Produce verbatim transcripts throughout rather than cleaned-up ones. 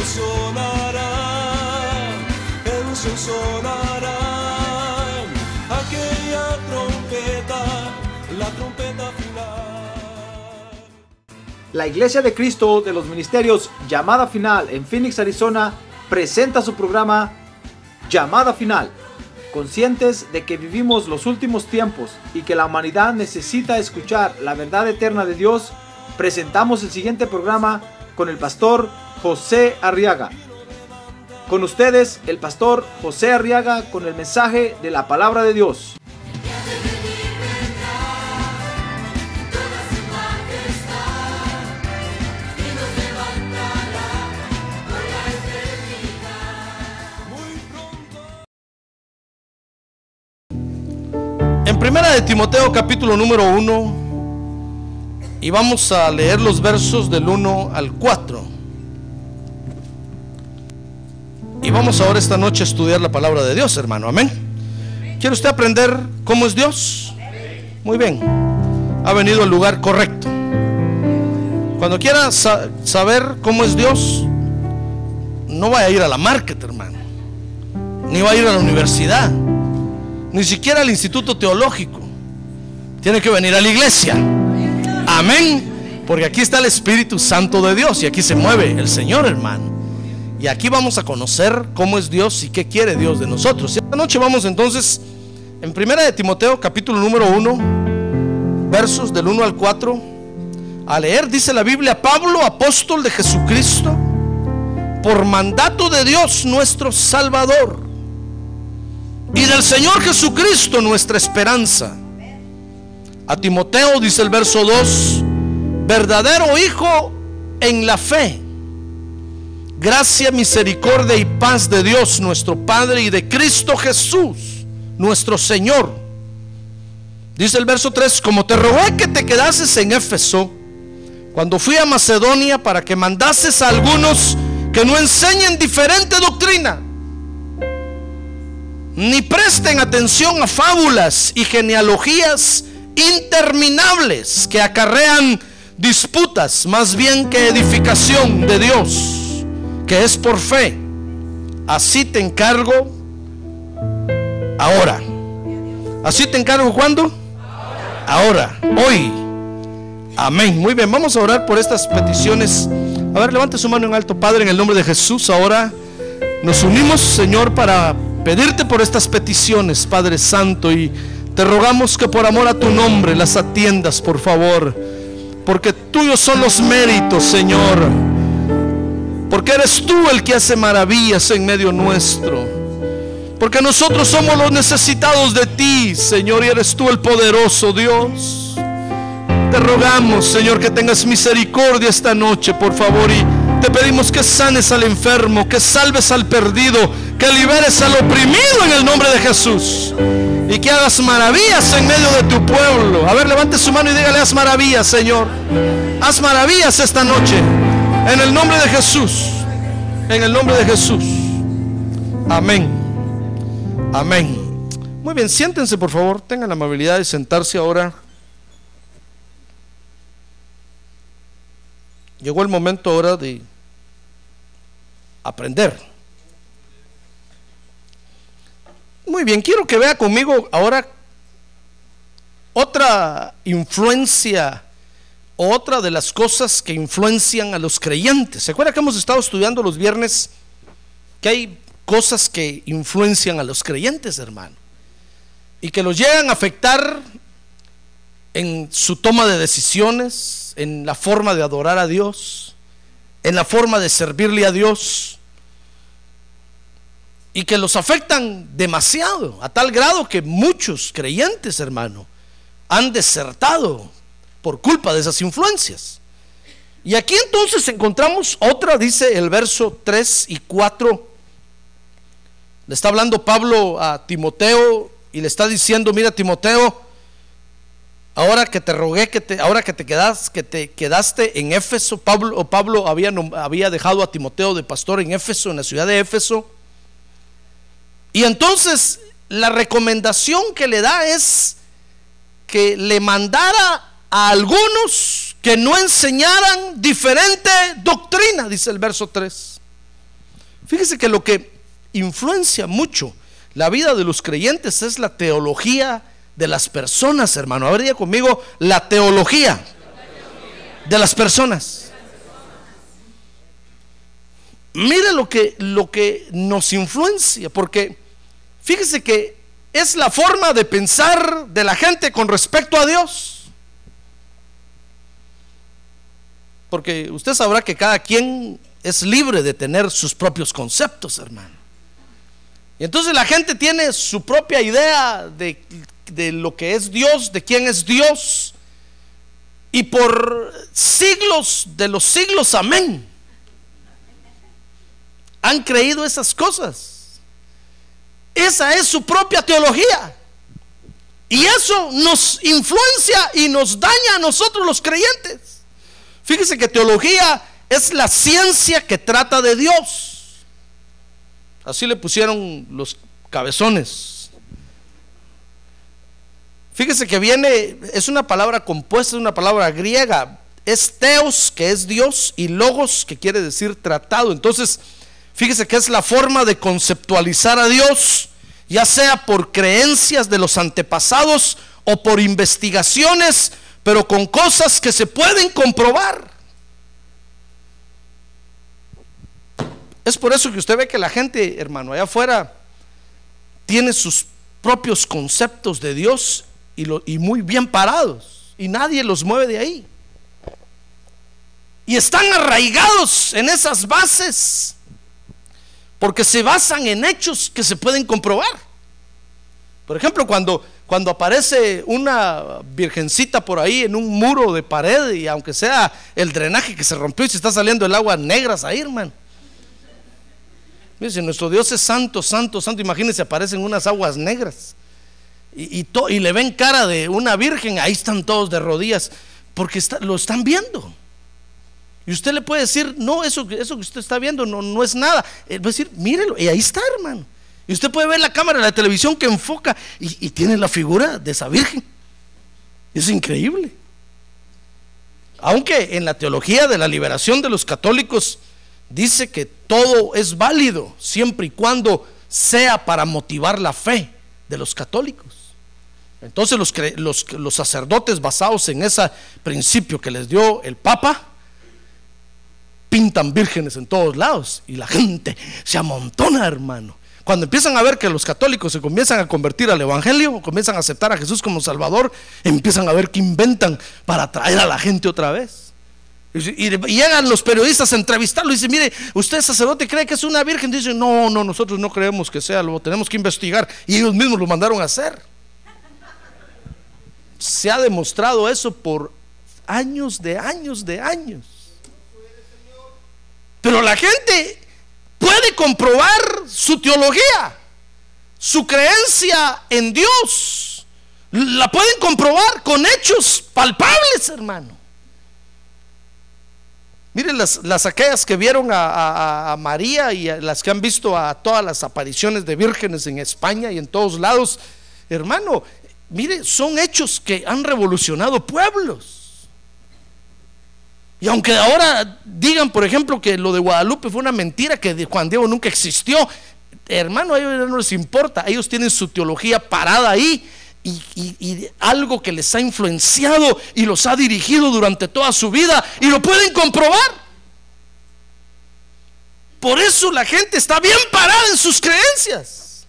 sonará, eso sonará, aquella trompeta, la trompeta final. La Iglesia de Cristo de los Ministerios Llamada Final en Phoenix, Arizona, presenta su programa Llamada Final. Conscientes de que vivimos los últimos tiempos y que la humanidad necesita escuchar la verdad eterna de Dios, presentamos el siguiente programa con el pastor José Arriaga. Con ustedes, el pastor José Arriaga, con el mensaje de la palabra de Dios. En Primera de Timoteo capítulo número uno, y vamos a leer los versos del uno al cuatro. Y vamos ahora esta noche a estudiar la palabra de Dios, hermano. Amén. ¿Quiere usted aprender cómo es Dios? Muy bien, ha venido al lugar correcto. Cuando quiera sa- saber cómo es Dios, no vaya a ir a la market, hermano, ni va a ir a la universidad, ni siquiera al instituto teológico. Tiene que venir a la iglesia. Amén. Porque aquí está el Espíritu Santo de Dios y aquí se mueve el Señor, hermano. Y aquí vamos a conocer cómo es Dios y qué quiere Dios de nosotros. Y esta noche vamos entonces en Primera de Timoteo capítulo número uno, versos del uno al cuatro, a leer. Dice la Biblia: Pablo, apóstol de Jesucristo, por mandato de Dios nuestro Salvador y del Señor Jesucristo nuestra esperanza, a Timoteo, dice el verso dos, verdadero hijo en la fe, gracia, misericordia y paz de Dios nuestro Padre y de Cristo Jesús nuestro Señor. Dice el verso tres: como te rogué que te quedases en Éfeso cuando fui a Macedonia, para que mandases a algunos que no enseñen diferente doctrina, ni presten atención a fábulas y genealogías interminables que acarrean disputas, más bien que edificación de Dios, que es por fe. Así te encargo ahora. Así te encargo ¿cuándo? Ahora, hoy. Amén. Muy bien, vamos a orar por estas peticiones. A ver, levante su mano en alto. Padre, en el nombre de Jesús, ahora nos unimos, Señor, para pedirte por estas peticiones, Padre Santo, y te rogamos que por amor a tu nombre las atiendas, por favor, porque tuyos son los méritos, Señor, porque eres tú el que hace maravillas en medio nuestro, porque nosotros somos los necesitados de ti, Señor, y eres tú el poderoso Dios. Te rogamos, Señor, que tengas misericordia esta noche, por favor, y te pedimos que sanes al enfermo, que salves al perdido, que liberes al oprimido en el nombre de Jesús, y que hagas maravillas en medio de tu pueblo. A ver, levante su mano y dígale: haz maravillas, Señor. Haz maravillas esta noche, en el nombre de Jesús. En el nombre de Jesús. Amén. Amén. Muy bien, siéntense por favor. Tengan la amabilidad de sentarse ahora. Llegó el momento ahora de aprender. Muy bien, quiero que vea conmigo ahora otra influencia, otra de las cosas que influencian a los creyentes. ¿Se acuerda que hemos estado estudiando los viernes que hay cosas que influencian a los creyentes, hermano, y que los llegan a afectar en su toma de decisiones, en la forma de adorar a Dios, en la forma de servirle a Dios, y que los afectan demasiado, a tal grado que muchos creyentes, hermano, han desertado por culpa de esas influencias. Y aquí entonces encontramos otra, dice el verso tres y cuatro. Le está hablando Pablo a Timoteo y le está diciendo: mira, Timoteo, ahora que te rogué que te, ahora que te quedas, que te quedaste en Éfeso. Pablo, Pablo había, había dejado a Timoteo de pastor en Éfeso, en la ciudad de Éfeso. Y entonces la recomendación que le da es que le mandara a algunos que no enseñaran diferente doctrina, dice el verso tres. Fíjese que lo que influencia mucho la vida de los creyentes es la teología de las personas, hermano. A ver, diga conmigo, la teología de las personas. Mire lo que, lo que nos influencia, porque fíjese que es la forma de pensar de la gente con respecto a Dios. Porque usted sabrá que cada quien es libre de tener sus propios conceptos, hermano. Y entonces la gente tiene su propia idea de, de lo que es Dios, de quién es Dios. Y por siglos de los siglos, amén, han creído esas cosas. Esa es su propia teología. Y eso nos influencia y nos daña a nosotros los creyentes. Fíjese que teología es la ciencia que trata de Dios. Así le pusieron los cabezones. Fíjese que viene, es una palabra compuesta de una palabra griega. Es theos, que es Dios, y logos, que quiere decir tratado. Entonces, fíjese que es la forma de conceptualizar a Dios, ya sea por creencias de los antepasados o por investigaciones, pero con cosas que se pueden comprobar. Es por eso que usted ve que la gente, hermano, allá afuera tiene sus propios conceptos de Dios y, lo, y muy bien parados, y nadie los mueve de ahí. Y están arraigados en esas bases porque se basan en hechos que se pueden comprobar. Por ejemplo, cuando, cuando aparece una virgencita por ahí en un muro de pared, y aunque sea el drenaje que se rompió y se está saliendo el agua negras ahí, hermano. Mire, si nuestro Dios es santo, santo, santo, imagínense, aparecen unas aguas negras y, y, to, y le ven cara de una virgen, ahí están todos de rodillas, porque está, lo están viendo. Y usted le puede decir, no, eso, eso que usted está viendo no, no es nada. Él va a decir, mírelo, y ahí está, hermano. Y usted puede ver la cámara de la televisión que enfoca y, y tiene la figura de esa virgen. Es increíble. Aunque en la teología de la liberación de los católicos dice que todo es válido siempre y cuando sea para motivar la fe de los católicos. Entonces los, los, los sacerdotes, basados en ese principio que les dio el Papa, pintan vírgenes en todos lados y la gente se amontona, hermano. Cuando empiezan a ver que los católicos se comienzan a convertir al evangelio, comienzan a aceptar a Jesús como Salvador, empiezan a ver qué inventan para atraer a la gente otra vez. Y llegan los periodistas a entrevistarlo y dicen, mire, ¿usted sacerdote cree que es una virgen? Dicen, no, no, nosotros no creemos que sea, lo tenemos que investigar. Y ellos mismos lo mandaron a hacer. Se ha demostrado eso por años de años de años. Pero la gente puede comprobar su teología, su creencia en Dios. La pueden comprobar con hechos palpables, hermano. Miren las, las aquellas que vieron a, a, a María y a las que han visto a todas las apariciones de vírgenes en España y en todos lados, hermano, mire, son hechos que han revolucionado pueblos. Y aunque ahora digan, por ejemplo, que lo de Guadalupe fue una mentira, que Juan Diego nunca existió, hermano, a ellos no les importa. Ellos tienen su teología parada ahí. Y, y, y algo que les ha influenciado y los ha dirigido durante toda su vida, y lo pueden comprobar. Por eso la gente está bien parada en sus creencias.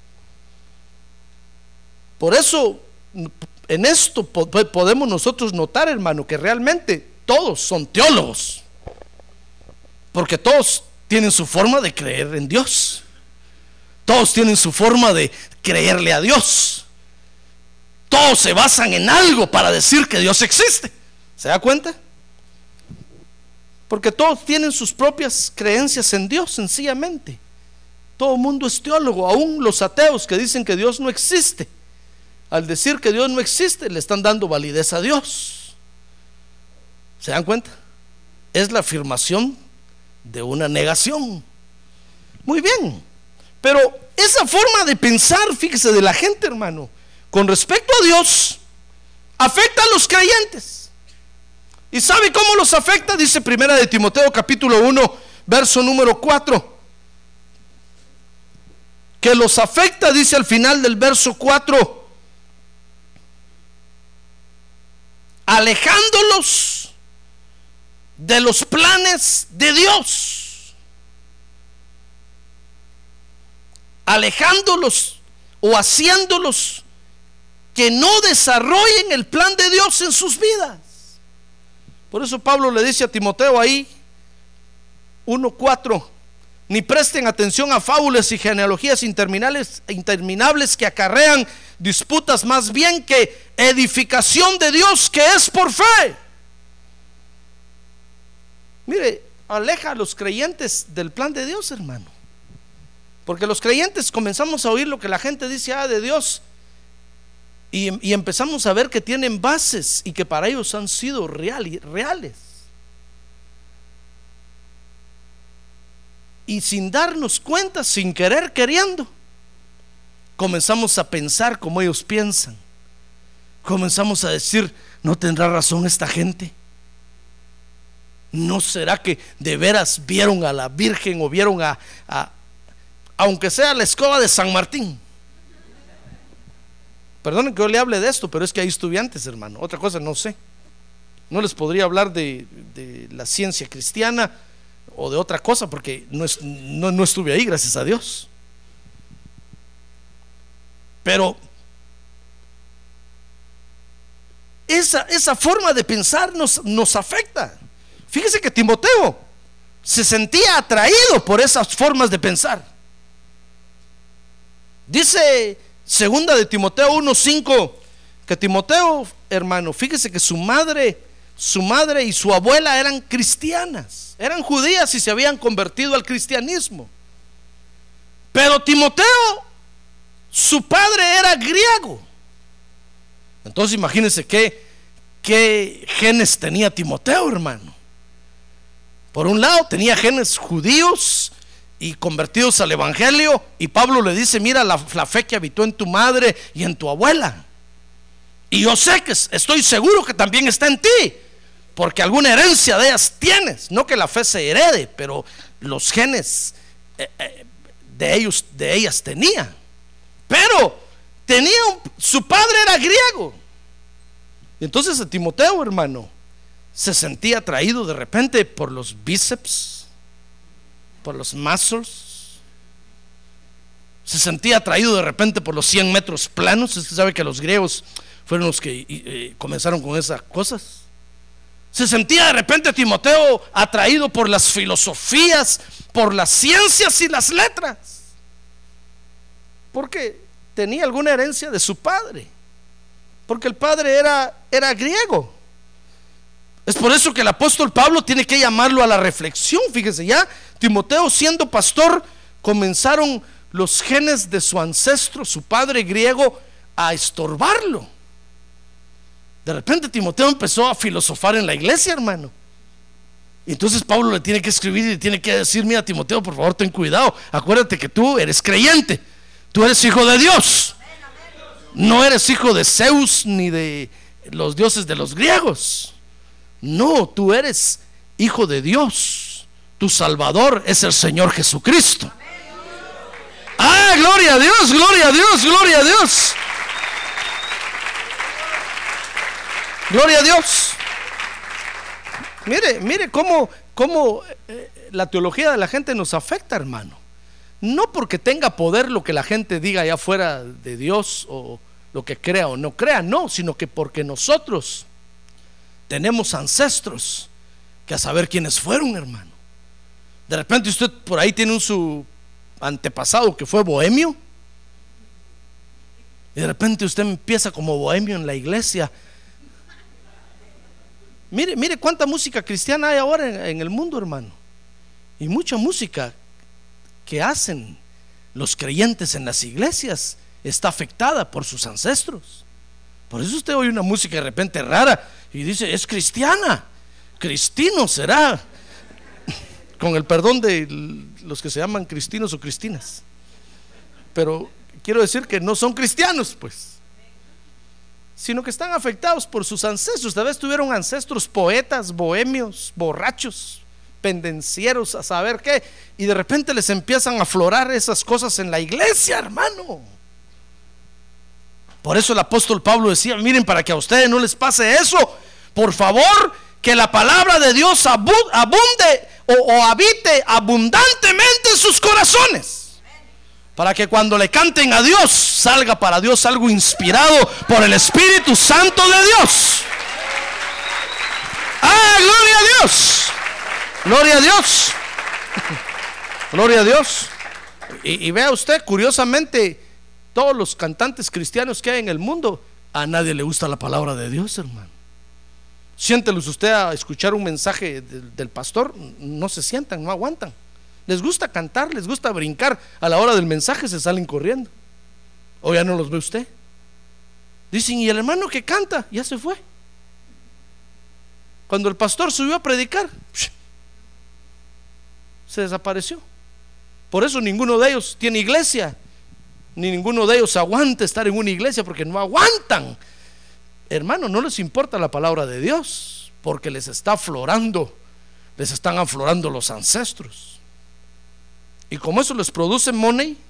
Por eso en esto podemos nosotros notar, hermano, que realmente todos son teólogos, porque todos tienen su forma de creer en Dios, todos tienen su forma de creerle a Dios. Todos se basan en algo para decir que Dios existe. ¿Se da cuenta? Porque todos tienen sus propias creencias en Dios, sencillamente. Todo el mundo es teólogo, aún los ateos que dicen que Dios no existe. Al decir que Dios no existe, le están dando validez a Dios. ¿Se dan cuenta? Es la afirmación de una negación. Muy bien, pero esa forma de pensar, fíjese, de la gente, hermano, con respecto a Dios, afecta a los creyentes. ¿Y sabe cómo los afecta? Dice primera de Timoteo capítulo uno, verso número cuatro. que los afecta, dice al final del verso cuatro, alejándolos de los planes de Dios, alejándolos o haciéndolos que no desarrollen el plan de Dios en sus vidas. Por eso Pablo le dice a Timoteo ahí, uno cuatro, ni presten atención a fábulas y genealogías interminables, interminables que acarrean disputas, más bien que edificación de Dios que es por fe. Mire, aleja a los creyentes del plan de Dios, hermano, porque los creyentes comenzamos a oír lo que la gente dice ah, de Dios, y, y empezamos a ver que tienen bases y que para ellos han sido real, reales. Y sin darnos cuenta, sin querer queriendo, comenzamos a pensar como ellos piensan. Comenzamos a decir, ¿no tendrá razón esta gente? ¿No será que de veras vieron a la Virgen o vieron a, a aunque sea la escoba de San Martín? Perdonen que yo le hable de esto, pero es que hay estudiantes, hermano. Otra cosa no sé. No les podría hablar de, de la ciencia cristiana o de otra cosa, porque no, es, no, no estuve ahí, gracias a Dios. Pero esa, esa forma de pensar nos, nos afecta. Fíjese que Timoteo se sentía atraído por esas formas de pensar. Dice segunda de Timoteo uno cinco que Timoteo, hermano, fíjese que su madre Su madre y su abuela eran cristianas, eran judías y se habían convertido al cristianismo. Pero Timoteo, su padre era griego. Entonces imagínense qué, qué genes tenía Timoteo, hermano. Por un lado tenía genes judíos y convertidos al evangelio, y Pablo le dice, mira la, la fe que habitó en tu madre y en tu abuela. Y yo sé que estoy seguro que también está en ti, porque alguna herencia de ellas tienes. No que la fe se herede, pero los genes eh, eh, de ellos, de ellas tenía. Pero tenía un, su padre era griego. Y entonces a Timoteo, hermano, se sentía atraído de repente por los bíceps, por los muscles. Se sentía atraído de repente por los cien metros planos. Usted sabe que los griegos fueron los que eh, comenzaron con esas cosas. Se sentía de repente Timoteo atraído por las filosofías, por las ciencias y las letras, porque tenía alguna herencia de su padre, porque el padre era, era griego. Es por eso que el apóstol Pablo tiene que llamarlo a la reflexión. Fíjese, ya Timoteo siendo pastor, comenzaron los genes de su ancestro, su padre griego, a estorbarlo. De repente Timoteo empezó a filosofar en la iglesia, hermano. Y entonces Pablo le tiene que escribir y le tiene que decir, mira Timoteo, por favor ten cuidado, acuérdate que tú eres creyente, tú eres hijo de Dios, no eres hijo de Zeus ni de los dioses de los griegos. No, tú eres hijo de Dios, tu Salvador es el Señor Jesucristo. Ah, gloria a Dios, gloria a Dios, gloria a Dios. Gloria a Dios. Mire, mire cómo, cómo eh, la teología de la gente nos afecta, hermano. No porque tenga poder lo que la gente diga allá afuera de Dios, o lo que crea o no crea, no, sino que porque nosotros tenemos ancestros que a saber quiénes fueron, hermano. De repente usted por ahí tiene un su antepasado que fue bohemio, y de repente usted empieza como bohemio en la iglesia. Mire, mire cuánta música cristiana hay ahora en, en el mundo, hermano. Y mucha música que hacen los creyentes en las iglesias está afectada por sus ancestros. Por eso usted oye una música de repente rara y dice, es cristiana, cristino será, con el perdón de los que se llaman cristinos o cristinas. Pero quiero decir que no son cristianos, pues, sino que están afectados por sus ancestros. Tal vez tuvieron ancestros poetas, bohemios, borrachos, pendencieros a saber qué, y de repente les empiezan a aflorar esas cosas en la iglesia, hermano. Por eso el apóstol Pablo decía: miren, para que a ustedes no les pase eso, por favor, que la palabra de Dios abunde o, o habite abundantemente en sus corazones, para que cuando le canten a Dios salga para Dios algo inspirado por el Espíritu Santo de Dios. ¡Ah, gloria a Dios! ¡Gloria a Dios! ¡Gloria a Dios! Y, y vea usted, curiosamente, todos los cantantes cristianos que hay en el mundo, a nadie le gusta la palabra de Dios, hermano. Siéntelos usted a escuchar un mensaje del, del pastor, no se sientan, no aguantan. Les gusta cantar, les gusta brincar, a la hora del mensaje se salen corriendo. O ya no los ve usted. Dicen: y el hermano que canta ya se fue. Cuando el pastor subió a predicar, se desapareció. Por eso ninguno de ellos tiene iglesia, ni ninguno de ellos aguanta estar en una iglesia, porque no aguantan. Hermano, no les importa la palabra de Dios, porque les está aflorando, les están aflorando los ancestros. Y como eso les produce money,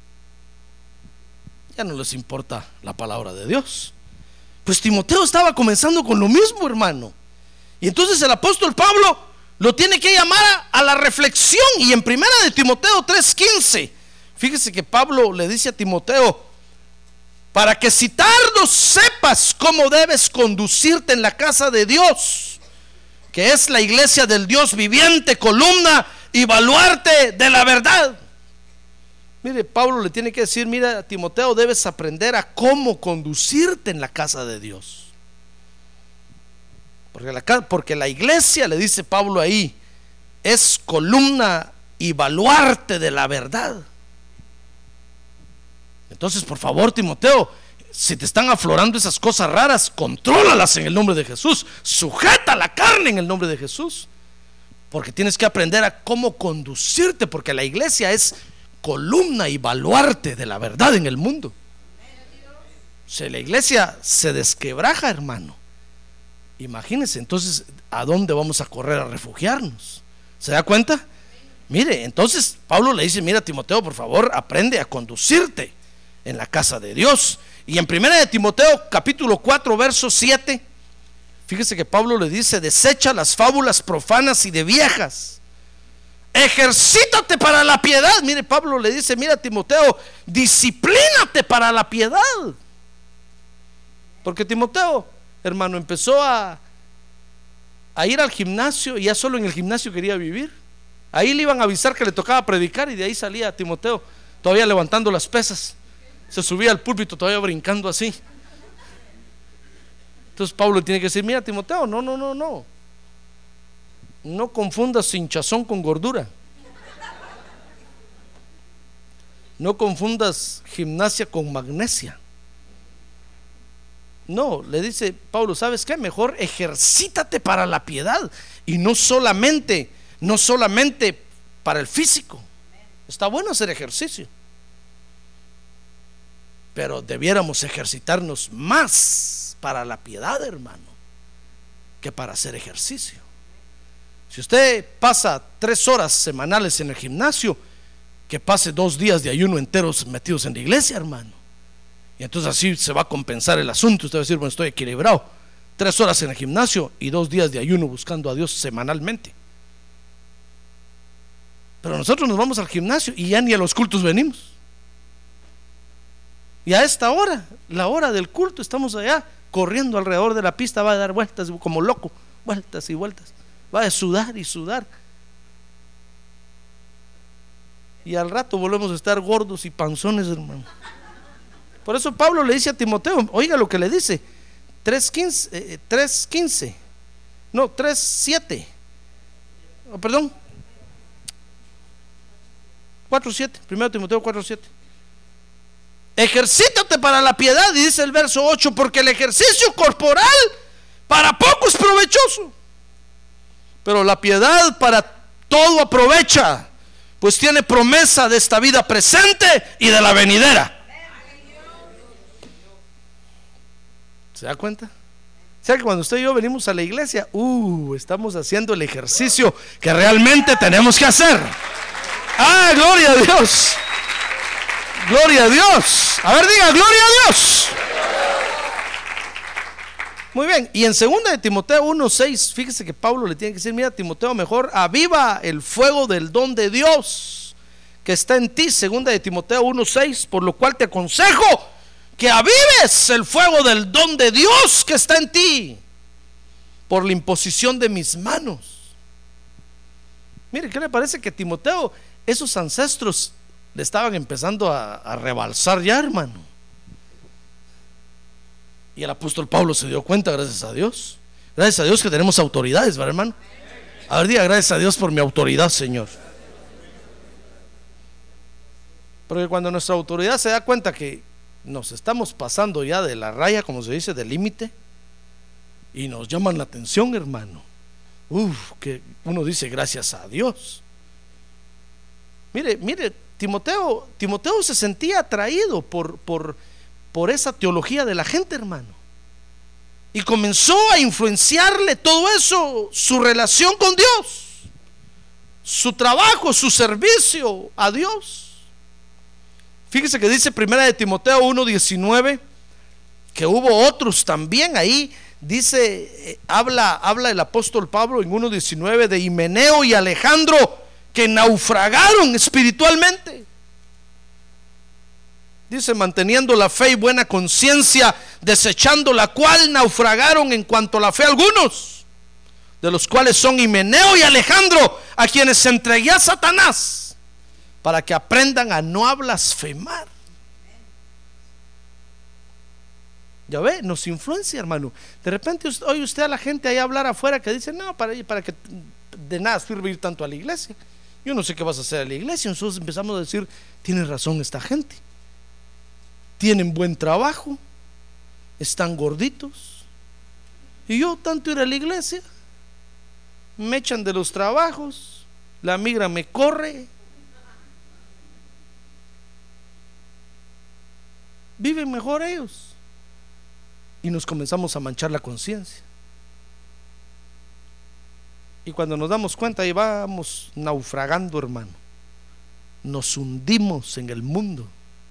ya no les importa la palabra de Dios. Pues Timoteo estaba comenzando con lo mismo, hermano. Y entonces el apóstol Pablo lo tiene que llamar a, a la reflexión. Y en primera de Timoteo tres quince, fíjese que Pablo le dice a Timoteo: para que si tardo sepas cómo debes conducirte en la casa de Dios, que es la iglesia del Dios viviente, columna y baluarte de la verdad. Mire, Pablo le tiene que decir: mira, Timoteo, debes aprender a cómo conducirte en la casa de Dios. Porque la, porque la iglesia, le dice Pablo ahí, es columna y baluarte de la verdad. Entonces, por favor, Timoteo, si te están aflorando esas cosas raras, contrólalas en el nombre de Jesús. Sujeta la carne en el nombre de Jesús, porque tienes que aprender a cómo conducirte, porque la iglesia es columna y baluarte de la verdad en el mundo. Si la iglesia se desquebraja, hermano, imagínense entonces a dónde vamos a correr a refugiarnos. ¿Se da cuenta? Mire, entonces Pablo le dice: mira, Timoteo, por favor, aprende a conducirte en la casa de Dios. Y en primera de Timoteo capítulo cuatro verso siete, fíjese que Pablo le dice: desecha las fábulas profanas y de viejas, ejercítate para la piedad. Mire, Pablo le dice: mira, Timoteo, disciplínate para la piedad. Porque Timoteo, hermano, empezó a, a ir al gimnasio, y ya solo en el gimnasio quería vivir. Ahí le iban a avisar que le tocaba predicar, y de ahí salía Timoteo todavía levantando las pesas. Se subía al púlpito todavía brincando así. Entonces Pablo tiene que decir: mira, Timoteo, no, no, no, no No confundas hinchazón con gordura. No confundas gimnasia con magnesia. No, le dice Pablo: ¿sabes qué? Mejor ejercítate para la piedad. Y no solamente, no solamente para el físico. Está bueno hacer ejercicio, pero debiéramos ejercitarnos más para la piedad, hermano, que para hacer ejercicio. Si usted pasa tres horas semanales en el gimnasio, que pase dos días de ayuno enteros metidos en la iglesia, hermano. Y entonces así se va a compensar el asunto. Usted va a decir: bueno, estoy equilibrado. Tres horas en el gimnasio y dos días de ayuno buscando a Dios semanalmente. Pero nosotros nos vamos al gimnasio y ya ni a los cultos venimos. Y a esta hora, la hora del culto, estamos allá corriendo alrededor de la pista. Va a dar vueltas como loco, vueltas y vueltas. Va a sudar y sudar. Y al rato volvemos a estar gordos y panzones, hermano. Por eso Pablo le dice a Timoteo, oiga lo que le dice, tres quince, eh, tres quince, no, tres siete, oh, perdón, cuatro siete, primero Timoteo cuatro siete. Ejercítate para la piedad, y dice el verso ocho, porque el ejercicio corporal para poco es provechoso, pero la piedad para todo aprovecha, pues tiene promesa de esta vida presente y de la venidera. ¿Se da cuenta? sea que cuando usted y yo venimos a la iglesia, uh, estamos haciendo el ejercicio que realmente tenemos que hacer. ¡Ah, gloria a Dios! ¡Gloria a Dios! A ver, diga, ¡gloria a Dios! Muy bien, y en segunda de Timoteo uno seis, fíjese que Pablo le tiene que decir: mira, Timoteo, mejor aviva el fuego del don de Dios que está en ti. Segunda de Timoteo uno seis, por lo cual te aconsejo que avives el fuego del don de Dios que está en ti por la imposición de mis manos. Mire, ¿qué le parece que Timoteo, esos ancestros le estaban empezando a, a rebalsar ya, hermano? Y el apóstol Pablo se dio cuenta, gracias a Dios. Gracias a Dios que tenemos autoridades, ¿verdad, hermano? A ver, diga, gracias a Dios por mi autoridad, Señor. Porque cuando nuestra autoridad se da cuenta que nos estamos pasando ya de la raya, como se dice, del límite, y nos llaman la atención, hermano, uff, que uno dice gracias a Dios. Mire, mire, Timoteo, Timoteo se sentía atraído por, por, por esa teología de la gente, hermano, y comenzó a influenciarle todo eso, su relación con Dios, su trabajo, su servicio a Dios. Fíjese que dice primera de Timoteo uno diecinueve que hubo otros también ahí. Dice, eh, habla, habla el apóstol Pablo en uno diecinueve de Himeneo y Alejandro, que naufragaron espiritualmente. Dice, manteniendo la fe y buena conciencia, desechando la cual naufragaron en cuanto a la fe algunos, de los cuales son Himeneo y Alejandro, a quienes se entregué a Satanás, para que aprendan a no blasfemar. Ya ve, nos influencia, hermano. De repente oye usted a la gente ahí hablar afuera que dice: no, para, para que de nada sirve ir tanto a la iglesia. Yo no sé qué vas a hacer a la iglesia. Nosotros empezamos a decir: tiene razón esta gente, tienen buen trabajo, están gorditos, y yo tanto ir a la iglesia, me echan de los trabajos, la migra me corre, viven mejor ellos. Y nos comenzamos a manchar la conciencia. Y cuando nos damos cuenta, ahí vamos naufragando, hermano. Nos hundimos en el mundo.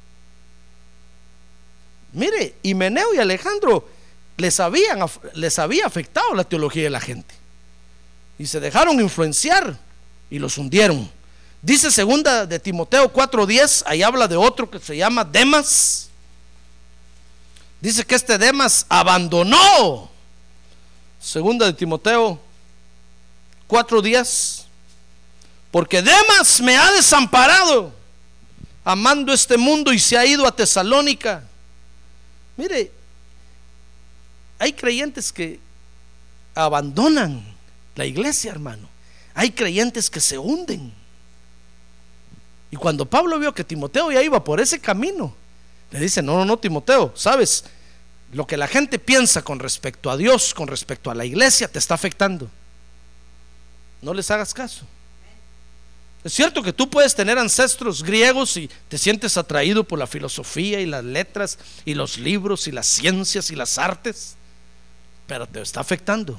Mire, Himeneo y Alejandro les, habían, les había afectado la teología de la gente, y se dejaron influenciar y los hundieron. Dice segunda de Timoteo cuatro diez, ahí habla de otro que se llama Demas. Dice que este Demas abandonó. Segunda de Timoteo cuatro diez, porque Demas me ha desamparado, amando este mundo, y se ha ido a Tesalónica. Mire, hay creyentes que abandonan la iglesia, hermano. Hay creyentes que se hunden. Y cuando Pablo vio que Timoteo ya iba por ese camino, le dice: no, no, no, Timoteo, sabes, lo que la gente piensa con respecto a Dios, con respecto a la iglesia, te está afectando. No les hagas caso. Es cierto que tú puedes tener ancestros griegos y te sientes atraído por la filosofía y las letras y los libros y las ciencias y las artes, pero te está afectando.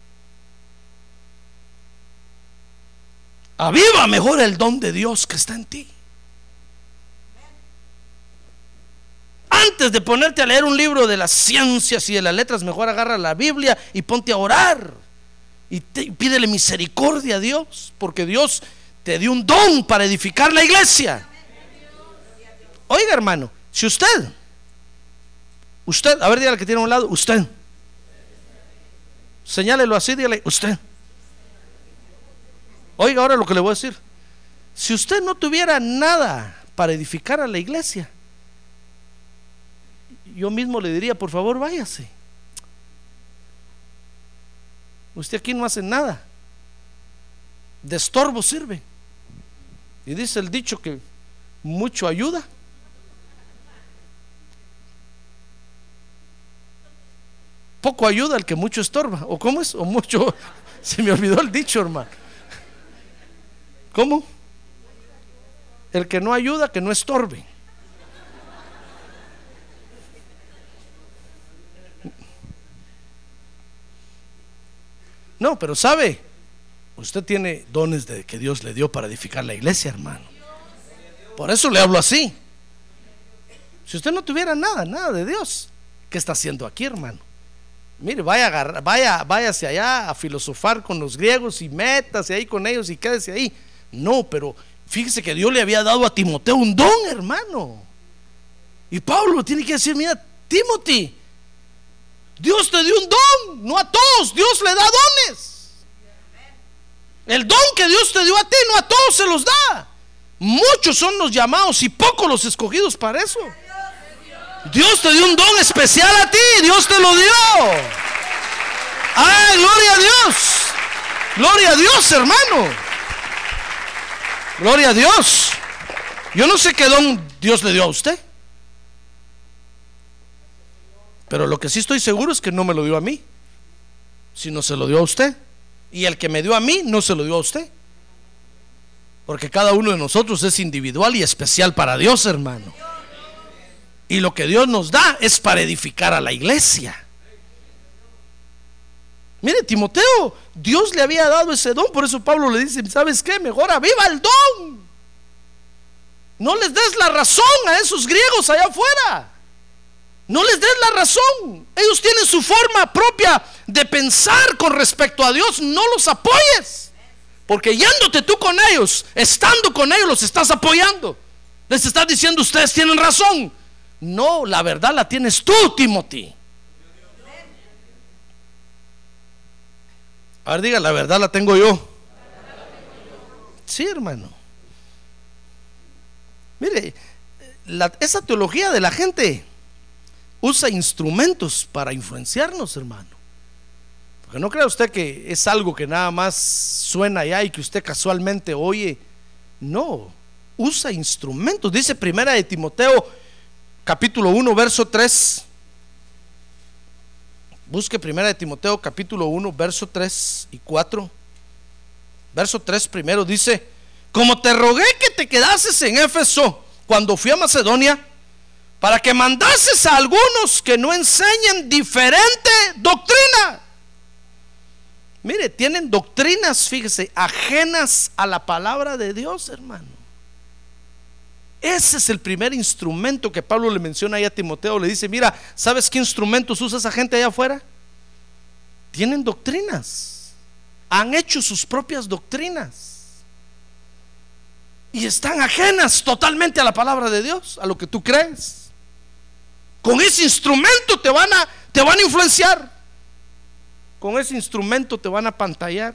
Aviva mejor el don de Dios que está en ti. Antes de ponerte a leer un libro de las ciencias y de las letras, mejor agarra la Biblia y ponte a orar y, te, y pídele misericordia a Dios, porque Dios te dio un don para edificar la iglesia. Oiga, hermano, si usted Usted, a ver, dígale que tiene a un lado: usted. Señálelo así, dígale: usted. Oiga ahora lo que le voy a decir. Si usted no tuviera nada para edificar a la iglesia, yo mismo le diría: por favor, váyase. Usted aquí no hace nada, de estorbo sirve. Y dice el dicho que mucho ayuda, poco ayuda al que mucho estorba. ¿O cómo es? O mucho, se me olvidó el dicho, hermano. ¿Cómo? El que no ayuda, que no estorbe. No, pero sabe, usted tiene dones de que Dios le dio para edificar la iglesia, hermano. Por eso le hablo así. Si usted no tuviera nada, nada de Dios, ¿qué está haciendo aquí, hermano? Mire, vaya a agarrar, vaya, váyase allá a filosofar con los griegos y métase ahí con ellos y quédese ahí. No, pero fíjese que Dios le había dado a Timoteo un don, hermano. Y Pablo tiene que decir: mira, Timothy, Dios te dio un don. No a todos, Dios le da dones. El don que Dios te dio a ti, no a todos se los da. Muchos son los llamados y pocos los escogidos para eso. Dios te dio un don especial a ti, Dios te lo dio. ¡Ay, gloria a Dios! Gloria a Dios, hermano. Gloria a Dios. Yo no sé qué don Dios le dio a usted, pero lo que sí estoy seguro es que no me lo dio a mí, sino se lo dio a usted. Y el que me dio a mí no se lo dio a usted, porque cada uno de nosotros es individual y especial para Dios, hermano. Y lo que Dios nos da es para edificar a la iglesia. Mire, Timoteo, Dios le había dado ese don. Por eso Pablo le dice: ¿sabes qué? Mejor aviva el don. No les des la razón a esos griegos allá afuera. No les des la razón. Ellos tienen su forma propia de pensar con respecto a Dios. No los apoyes, porque yéndote tú con ellos, estando con ellos, los estás apoyando. Les estás diciendo: ustedes tienen razón. No, la verdad la tienes tú, Timothy. A ver, diga: la verdad la tengo yo. Sí, hermano. Mire, la, esa teología de la gente usa instrumentos para influenciarnos, hermano. Porque no crea usted que es algo que nada más suena allá y que usted casualmente oye. No, usa instrumentos. Dice Primera de Timoteo capítulo uno verso tres. Busque Primera de Timoteo capítulo uno verso tres y cuatro. Verso tres primero dice: como te rogué que te quedases en Éfeso cuando fui a Macedonia, para que mandases a algunos que no enseñen diferente doctrina. Mire, tienen doctrinas, fíjese, ajenas a la palabra de Dios, hermano. Ese es el primer instrumento que Pablo le menciona ahí a Timoteo. Le dice: mira, ¿sabes qué instrumentos usa esa gente allá afuera? Tienen doctrinas, han hecho sus propias doctrinas y están ajenas totalmente a la palabra de Dios, a lo que tú crees. Con ese instrumento te van a, te van a influenciar. Con ese instrumento te van a pantallar,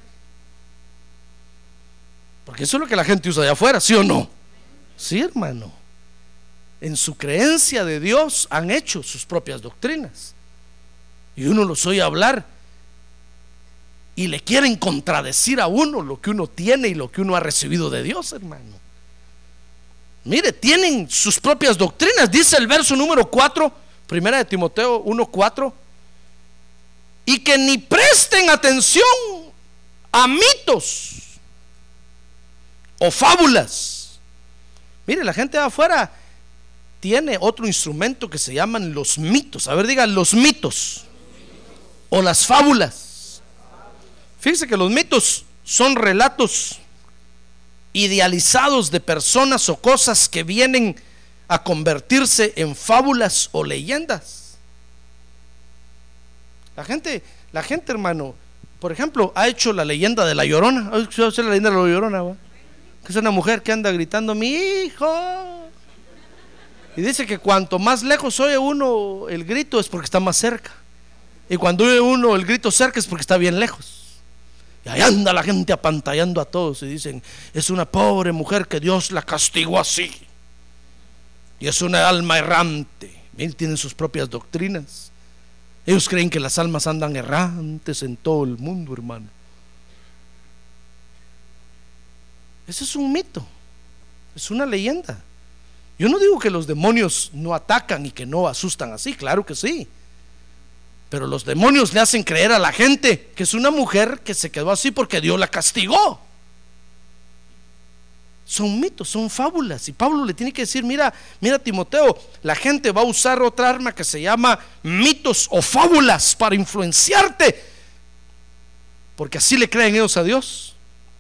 porque eso es lo que la gente usa allá afuera, ¿sí o no? Sí, hermano. En su creencia de Dios han hecho sus propias doctrinas, y uno los oye hablar y le quieren contradecir a uno lo que uno tiene y lo que uno ha recibido de Dios, hermano. Mire, tienen sus propias doctrinas. Dice el verso número cuatro, Primera de Timoteo uno cuatro: y que ni presten atención a mitos o fábulas. Mire, la gente de afuera tiene otro instrumento que se llaman los mitos. A ver, digan: los mitos o las fábulas. Fíjense que los mitos son relatos idealizados de personas o cosas que vienen a convertirse en fábulas o leyendas. La gente, la gente, hermano, por ejemplo, ha hecho la leyenda de la Llorona. ¿Ha escuchado la leyenda de la Llorona, ¿va? Que es una mujer que anda gritando: mi hijo. Y dice que cuanto más lejos oye uno el grito es porque está más cerca, y cuando oye uno el grito cerca es porque está bien lejos. Y ahí anda la gente apantallando a todos y dicen: es una pobre mujer que Dios la castigó así, y es una alma errante. Miren, tienen sus propias doctrinas. Ellos creen que las almas andan errantes en todo el mundo, hermano. Ese es un mito, es una leyenda. Yo no digo que los demonios no atacan y que no asustan así, claro que sí, pero los demonios le hacen creer a la gente que es una mujer que se quedó así porque Dios la castigó. Son mitos, son fábulas. Y Pablo le tiene que decir: mira, mira Timoteo, la gente va a usar otra arma que se llama mitos o fábulas para influenciarte. Porque así le creen ellos a Dios.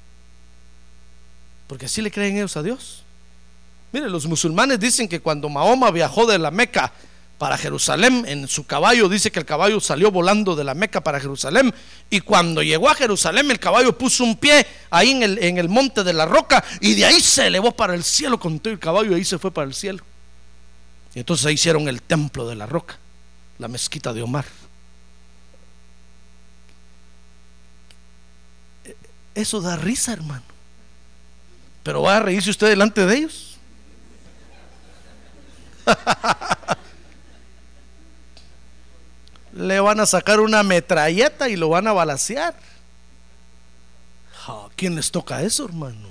Porque así le creen ellos a Dios. Mire, los musulmanes dicen que cuando Mahoma viajó de la Meca para Jerusalén en su caballo, dice que el caballo salió volando de la Meca para Jerusalén, y cuando llegó a Jerusalén el caballo puso un pie ahí en el, en el monte de la roca, y de ahí se elevó para el cielo con todo el caballo, y ahí se fue para el cielo. Y entonces ahí hicieron el templo de la roca, la mezquita de Omar. Eso da risa, hermano, pero va a reírse usted delante de ellos. Le van a sacar una metralleta y lo van a balacear. ¿A quién les toca eso, hermano?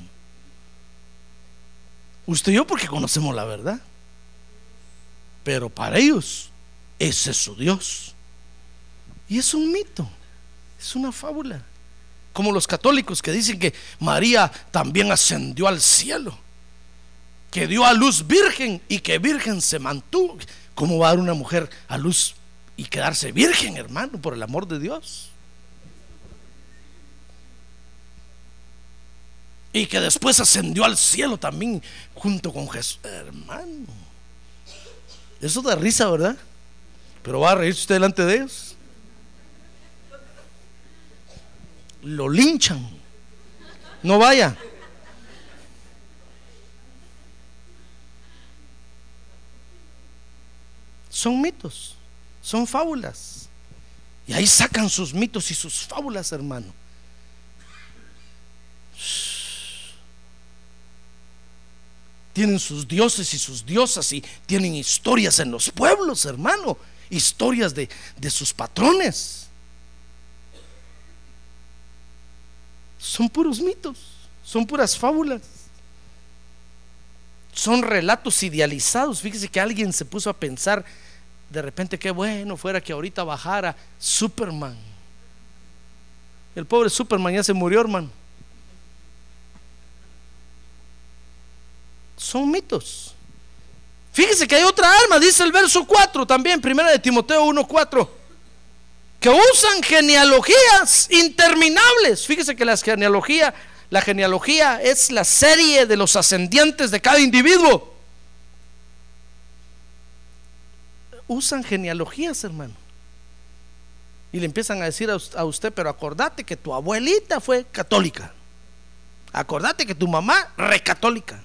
Usted y yo, porque conocemos la verdad, pero para ellos ese es su Dios. Y es un mito, es una fábula. Como los católicos que dicen que María también ascendió al cielo, que dio a luz virgen y que virgen se mantuvo. ¿Cómo va a dar una mujer a luz y quedarse virgen, hermano? Por el amor de Dios. Y que después ascendió al cielo también junto con Jesús, hermano. Eso da risa, ¿verdad? Pero va a reírse usted delante de ellos. Lo linchan. No vaya. Son mitos, son fábulas. Y ahí sacan sus mitos y sus fábulas, hermano. Tienen sus dioses y sus diosas, y tienen historias en los pueblos, hermano. Historias de, de sus patrones. Son puros mitos, son puras fábulas. Son relatos idealizados. Fíjese que alguien se puso a pensar de repente, qué bueno fuera que ahorita bajara Superman. El pobre Superman ya se murió, hermano. Son mitos. Fíjese que hay otra alma, dice el verso cuatro también, primera de Timoteo uno cuatro, que usan genealogías interminables. Fíjese que las genealogía, la genealogía es la serie de los ascendientes de cada individuo. Usan genealogías, hermano, y le empiezan a decir a usted, pero acordate que tu abuelita fue católica, acordate que tu mamá recatólica.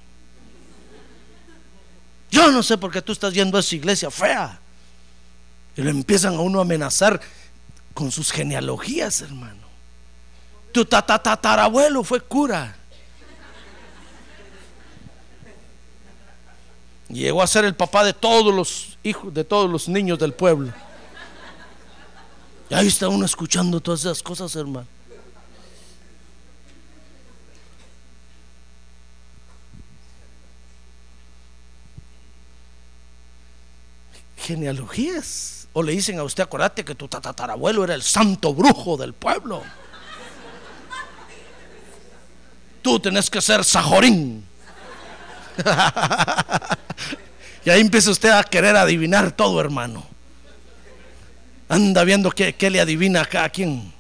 Yo no sé por qué tú estás yendo a esa iglesia fea. Y le empiezan a uno a amenazar con sus genealogías, hermano. Tu tatarabuelo fue cura, llegó a ser el papá de todos los hijos, de todos los niños del pueblo. Y ahí está uno escuchando todas esas cosas, hermano. Genealogías. O le dicen a usted, acordate que tu tatarabuelo era el santo brujo del pueblo, tú tenés que ser sajorín. Y ahí empieza usted a querer adivinar todo, hermano. Anda viendo qué, qué le adivina a cada quien.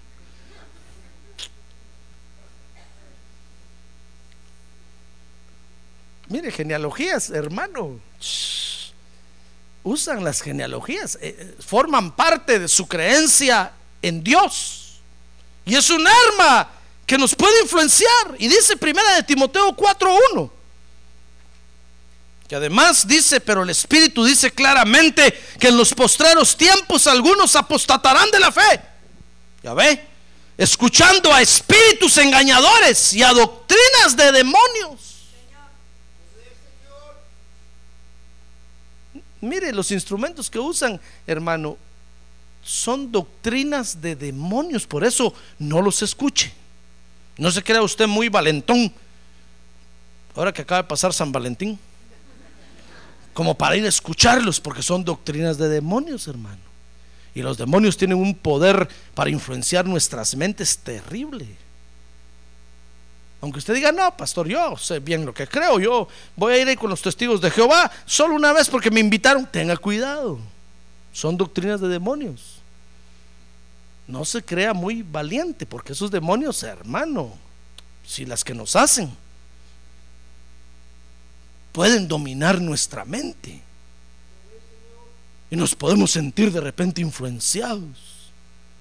Mire, genealogías, hermano. Shh. Usan las genealogías, eh, forman parte de su creencia en Dios, y es un arma que nos puede influenciar. Y dice primera de Timoteo cuatro uno, que además dice, pero el Espíritu dice claramente que en los postreros tiempos algunos apostatarán de la fe. Ya ve, escuchando a espíritus engañadores y a doctrinas de demonios. Mire, los instrumentos que usan, hermano, son doctrinas de demonios. Por eso no los escuche. No se crea usted muy valentón ahora que acaba de pasar San Valentín, como para ir a escucharlos, porque son doctrinas de demonios, hermano. Y los demonios tienen un poder para influenciar nuestras mentes terrible. Aunque usted diga, no, pastor, yo sé bien lo que creo, yo voy a ir ahí con los testigos de Jehová solo una vez porque me invitaron. Tenga cuidado, son doctrinas de demonios. no se crea muy valiente, porque esos demonios, hermano, si las que nos hacen, pueden dominar nuestra mente y nos podemos sentir de repente influenciados.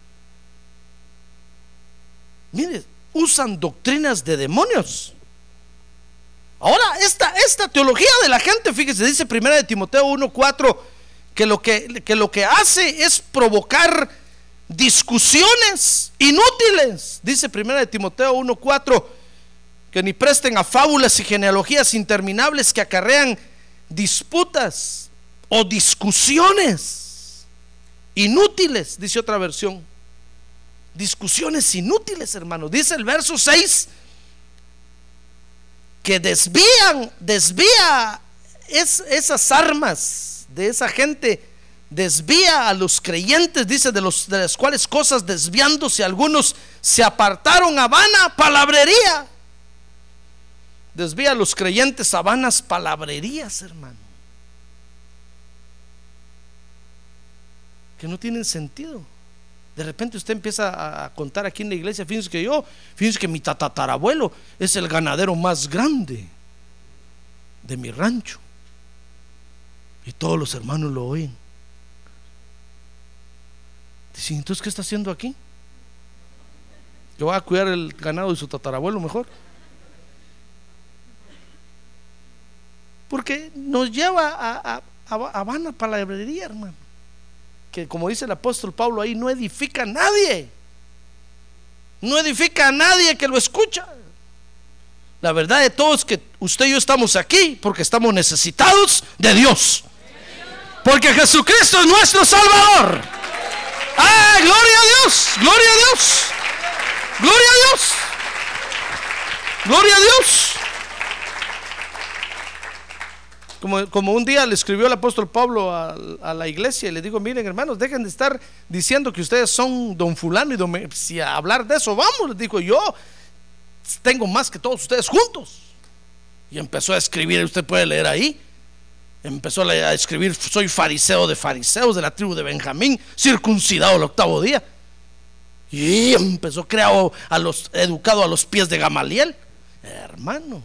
Mire, usan doctrinas de demonios. Ahora, esta, esta teología de la gente, fíjese, dice primera de Timoteo uno cuatro, que lo que, que lo que hace es provocar discusiones inútiles. Dice primera de Timoteo uno cuatro, que ni presten a fábulas y genealogías interminables que acarrean disputas o discusiones inútiles, dice otra versión. Discusiones inútiles, hermano. Dice el verso seis que desvían, desvía es, esas armas de esa gente, desvía a los creyentes, dice, de, los, de las cuales cosas desviándose algunos se apartaron a vana palabrería. Desvía a los creyentes a vanas palabrerías, hermano, que no tienen sentido. De repente usted empieza a contar aquí en la iglesia: fíjense que yo, fíjense que mi tatarabuelo es el ganadero más grande de mi rancho, y todos los hermanos lo oyen. Dicen: entonces, ¿qué está haciendo aquí? Yo voy a cuidar el ganado de su tatarabuelo mejor. Porque nos lleva a, a, a, a vana palabrería, hermano, que, como dice el apóstol Pablo ahí, no edifica a nadie. No edifica a nadie que lo escucha. La verdad de todo es que usted y yo estamos aquí porque estamos necesitados de Dios, porque Jesucristo es nuestro Salvador. ¡Ah, gloria a Dios! ¡Gloria a Dios! ¡Gloria a Dios! ¡Gloria a Dios! Como, como un día le escribió el apóstol Pablo a, a la iglesia y le digo: miren, hermanos, dejen de estar diciendo que ustedes son don fulano y don, si a hablar de eso vamos, les digo, yo tengo más que todos ustedes juntos. Y empezó a escribir, usted puede leer ahí, empezó a escribir: soy fariseo de fariseos, de la tribu de Benjamín, circuncidado el octavo día. Y empezó creado a los, educado a los pies de Gamaliel, hermano.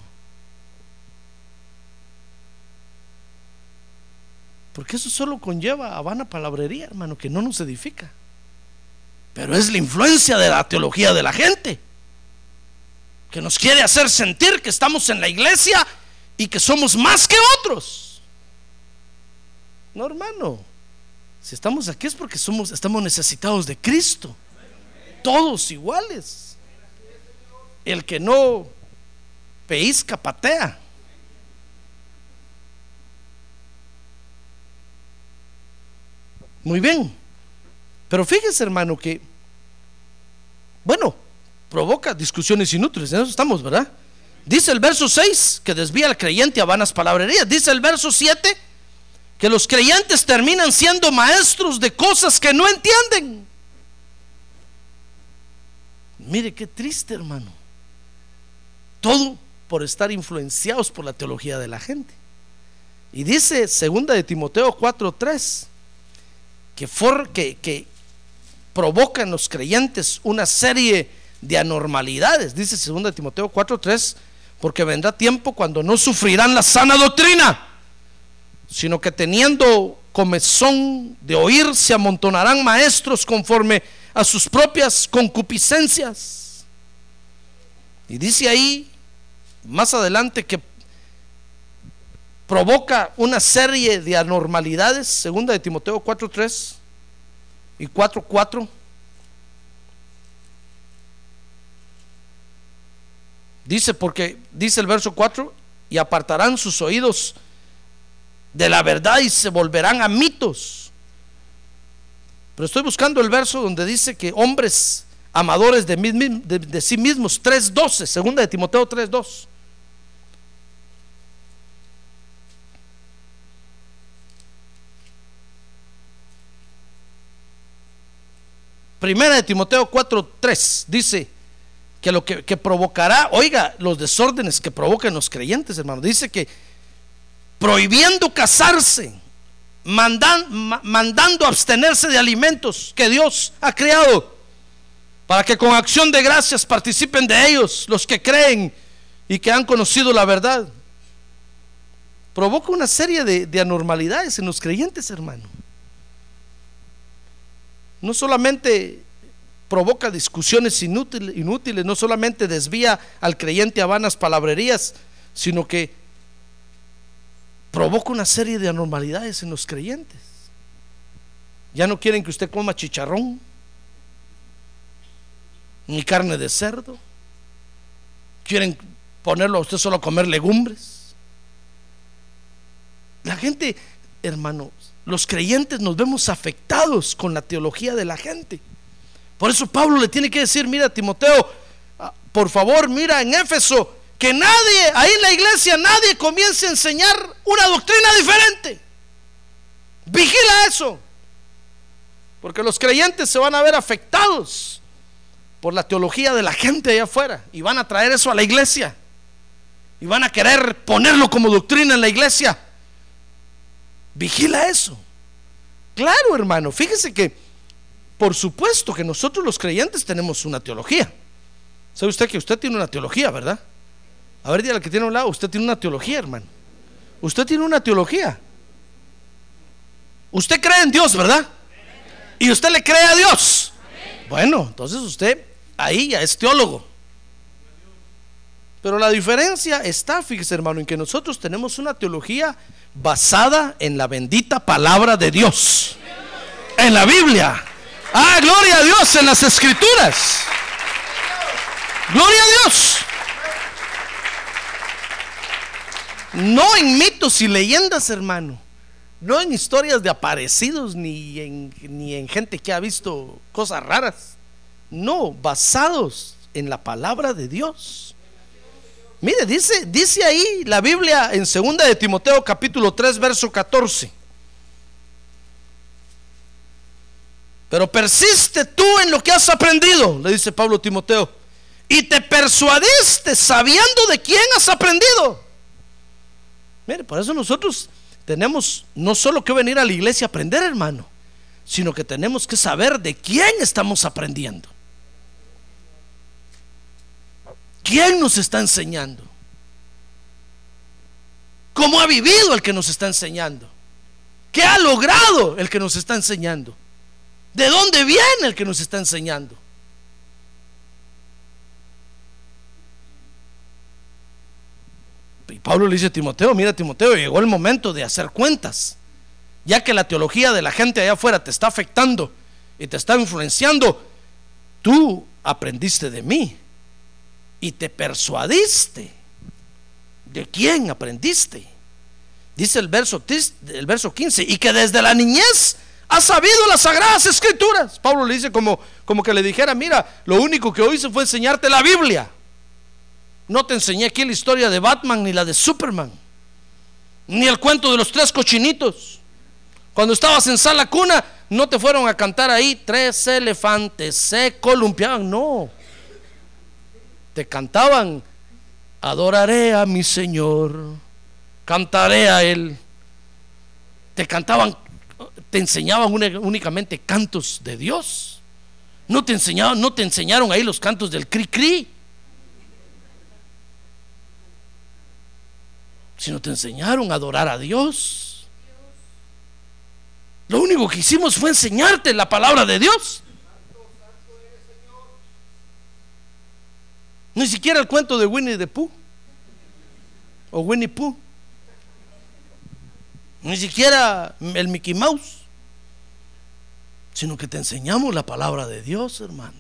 Porque eso solo conlleva a vana palabrería, hermano, que no nos edifica. Pero es la influencia de la teología de la gente, que nos quiere hacer sentir que estamos en la iglesia y que somos más que otros. No, hermano, si estamos aquí es porque somos, estamos necesitados de Cristo, todos iguales. El que no pellizca patea. Muy bien, pero fíjese, hermano, que bueno, provoca discusiones inútiles. En eso estamos, ¿verdad? Dice el verso seis que desvía al creyente a vanas palabrerías. Dice el verso siete que los creyentes terminan siendo maestros de cosas que no entienden. Mire qué triste, hermano. Todo por estar influenciados por la teología de la gente. Y dice segunda de Timoteo cuatro tres que, for, que, que provoca en los creyentes una serie de anormalidades. Dice segunda de Timoteo cuatro tres: porque vendrá tiempo cuando no sufrirán la sana doctrina, sino que teniendo comezón de oír, se amontonarán maestros conforme a sus propias concupiscencias. Y dice ahí más adelante que provoca una serie de anormalidades. Segunda de Timoteo cuatro tres y cuatro cuatro. Dice, porque dice el verso cuatro: y apartarán sus oídos de la verdad y se volverán a mitos. Pero estoy buscando el verso donde dice que hombres amadores de, de, de sí mismos. Tres doce, segunda de Timoteo tres dos. Primera de Timoteo cuatro tres dice que lo que, que provocará, oiga, los desórdenes que provocan los creyentes, hermano. Dice que prohibiendo casarse, mandan, ma, mandando abstenerse de alimentos que Dios ha creado, para que con acción de gracias participen de ellos los que creen y que han conocido la verdad. Provoca una serie de, de anormalidades en los creyentes, hermano. No solamente provoca discusiones inútiles, inútiles, no solamente desvía al creyente a vanas palabrerías, sino que provoca una serie de anormalidades en los creyentes. Ya no quieren que usted coma chicharrón, ni carne de cerdo. Quieren ponerlo a usted solo a comer legumbres. La gente, hermanos, los creyentes nos vemos afectados con la teología de la gente. Por eso Pablo le tiene que decir: mira, Timoteo, por favor, mira en Éfeso, que nadie, ahí en la iglesia, nadie comience a enseñar una doctrina diferente. Vigila eso, porque los creyentes se van a ver afectados por la teología de la gente allá afuera, y van a traer eso a la iglesia, y van a querer ponerlo como doctrina en la iglesia. Vigila eso. Claro, hermano, fíjese que por supuesto que nosotros los creyentes tenemos una teología. ¿Sabe usted que usted tiene una teología, verdad? A ver, dígale al que tiene a un lado: usted tiene una teología, hermano. Usted tiene una teología. Usted cree en Dios, ¿verdad? Y usted le cree a Dios. Bueno, entonces usted ahí ya es teólogo. Pero la diferencia está, fíjese, hermano, en que nosotros tenemos una teología basada en la bendita palabra de Dios, en la Biblia. Ah, gloria a Dios, en las Escrituras. Gloria a Dios. No en mitos y leyendas, hermano. No en historias de aparecidos, ni en, ni en gente que ha visto cosas raras. No, basados en la palabra de Dios. Mire, dice, dice ahí la Biblia en segunda de Timoteo capítulo tres verso catorce: pero persiste tú en lo que has aprendido, le dice Pablo a Timoteo, y te persuadiste sabiendo de quién has aprendido. Mire, por eso nosotros tenemos no solo que venir a la iglesia a aprender, hermano, sino que tenemos que saber de quién estamos aprendiendo. ¿Quién nos está enseñando? ¿Cómo ha vivido el que nos está enseñando? ¿Qué ha logrado el que nos está enseñando? ¿De dónde viene el que nos está enseñando? Y Pablo le dice a Timoteo: mira, Timoteo, llegó el momento de hacer cuentas, ya que la teología de la gente allá afuera te está afectando y te está influenciando. Tú aprendiste de mí y te persuadiste. ¿De quién aprendiste? Dice el verso, el verso quince: y que desde la niñez has sabido las sagradas escrituras. Pablo le dice como, como que le dijera: mira, lo único que hice fue enseñarte la Biblia. No te enseñé aquí la historia de Batman, ni la de Superman, ni el cuento de los tres cochinitos. Cuando estabas en sala cuna, no te fueron a cantar ahí: tres elefantes se columpiaban. No, te cantaban: adoraré a mi Señor, cantaré a Él. Te cantaban, te enseñaban únicamente cantos de Dios. No te enseñaban, no te enseñaron ahí los cantos del cri cri, sino te enseñaron a adorar a Dios. Lo único que hicimos fue enseñarte la palabra de Dios. Ni siquiera el cuento de Winnie the Pooh o Winnie Pooh, ni siquiera el Mickey Mouse, sino que te enseñamos la palabra de Dios, hermano.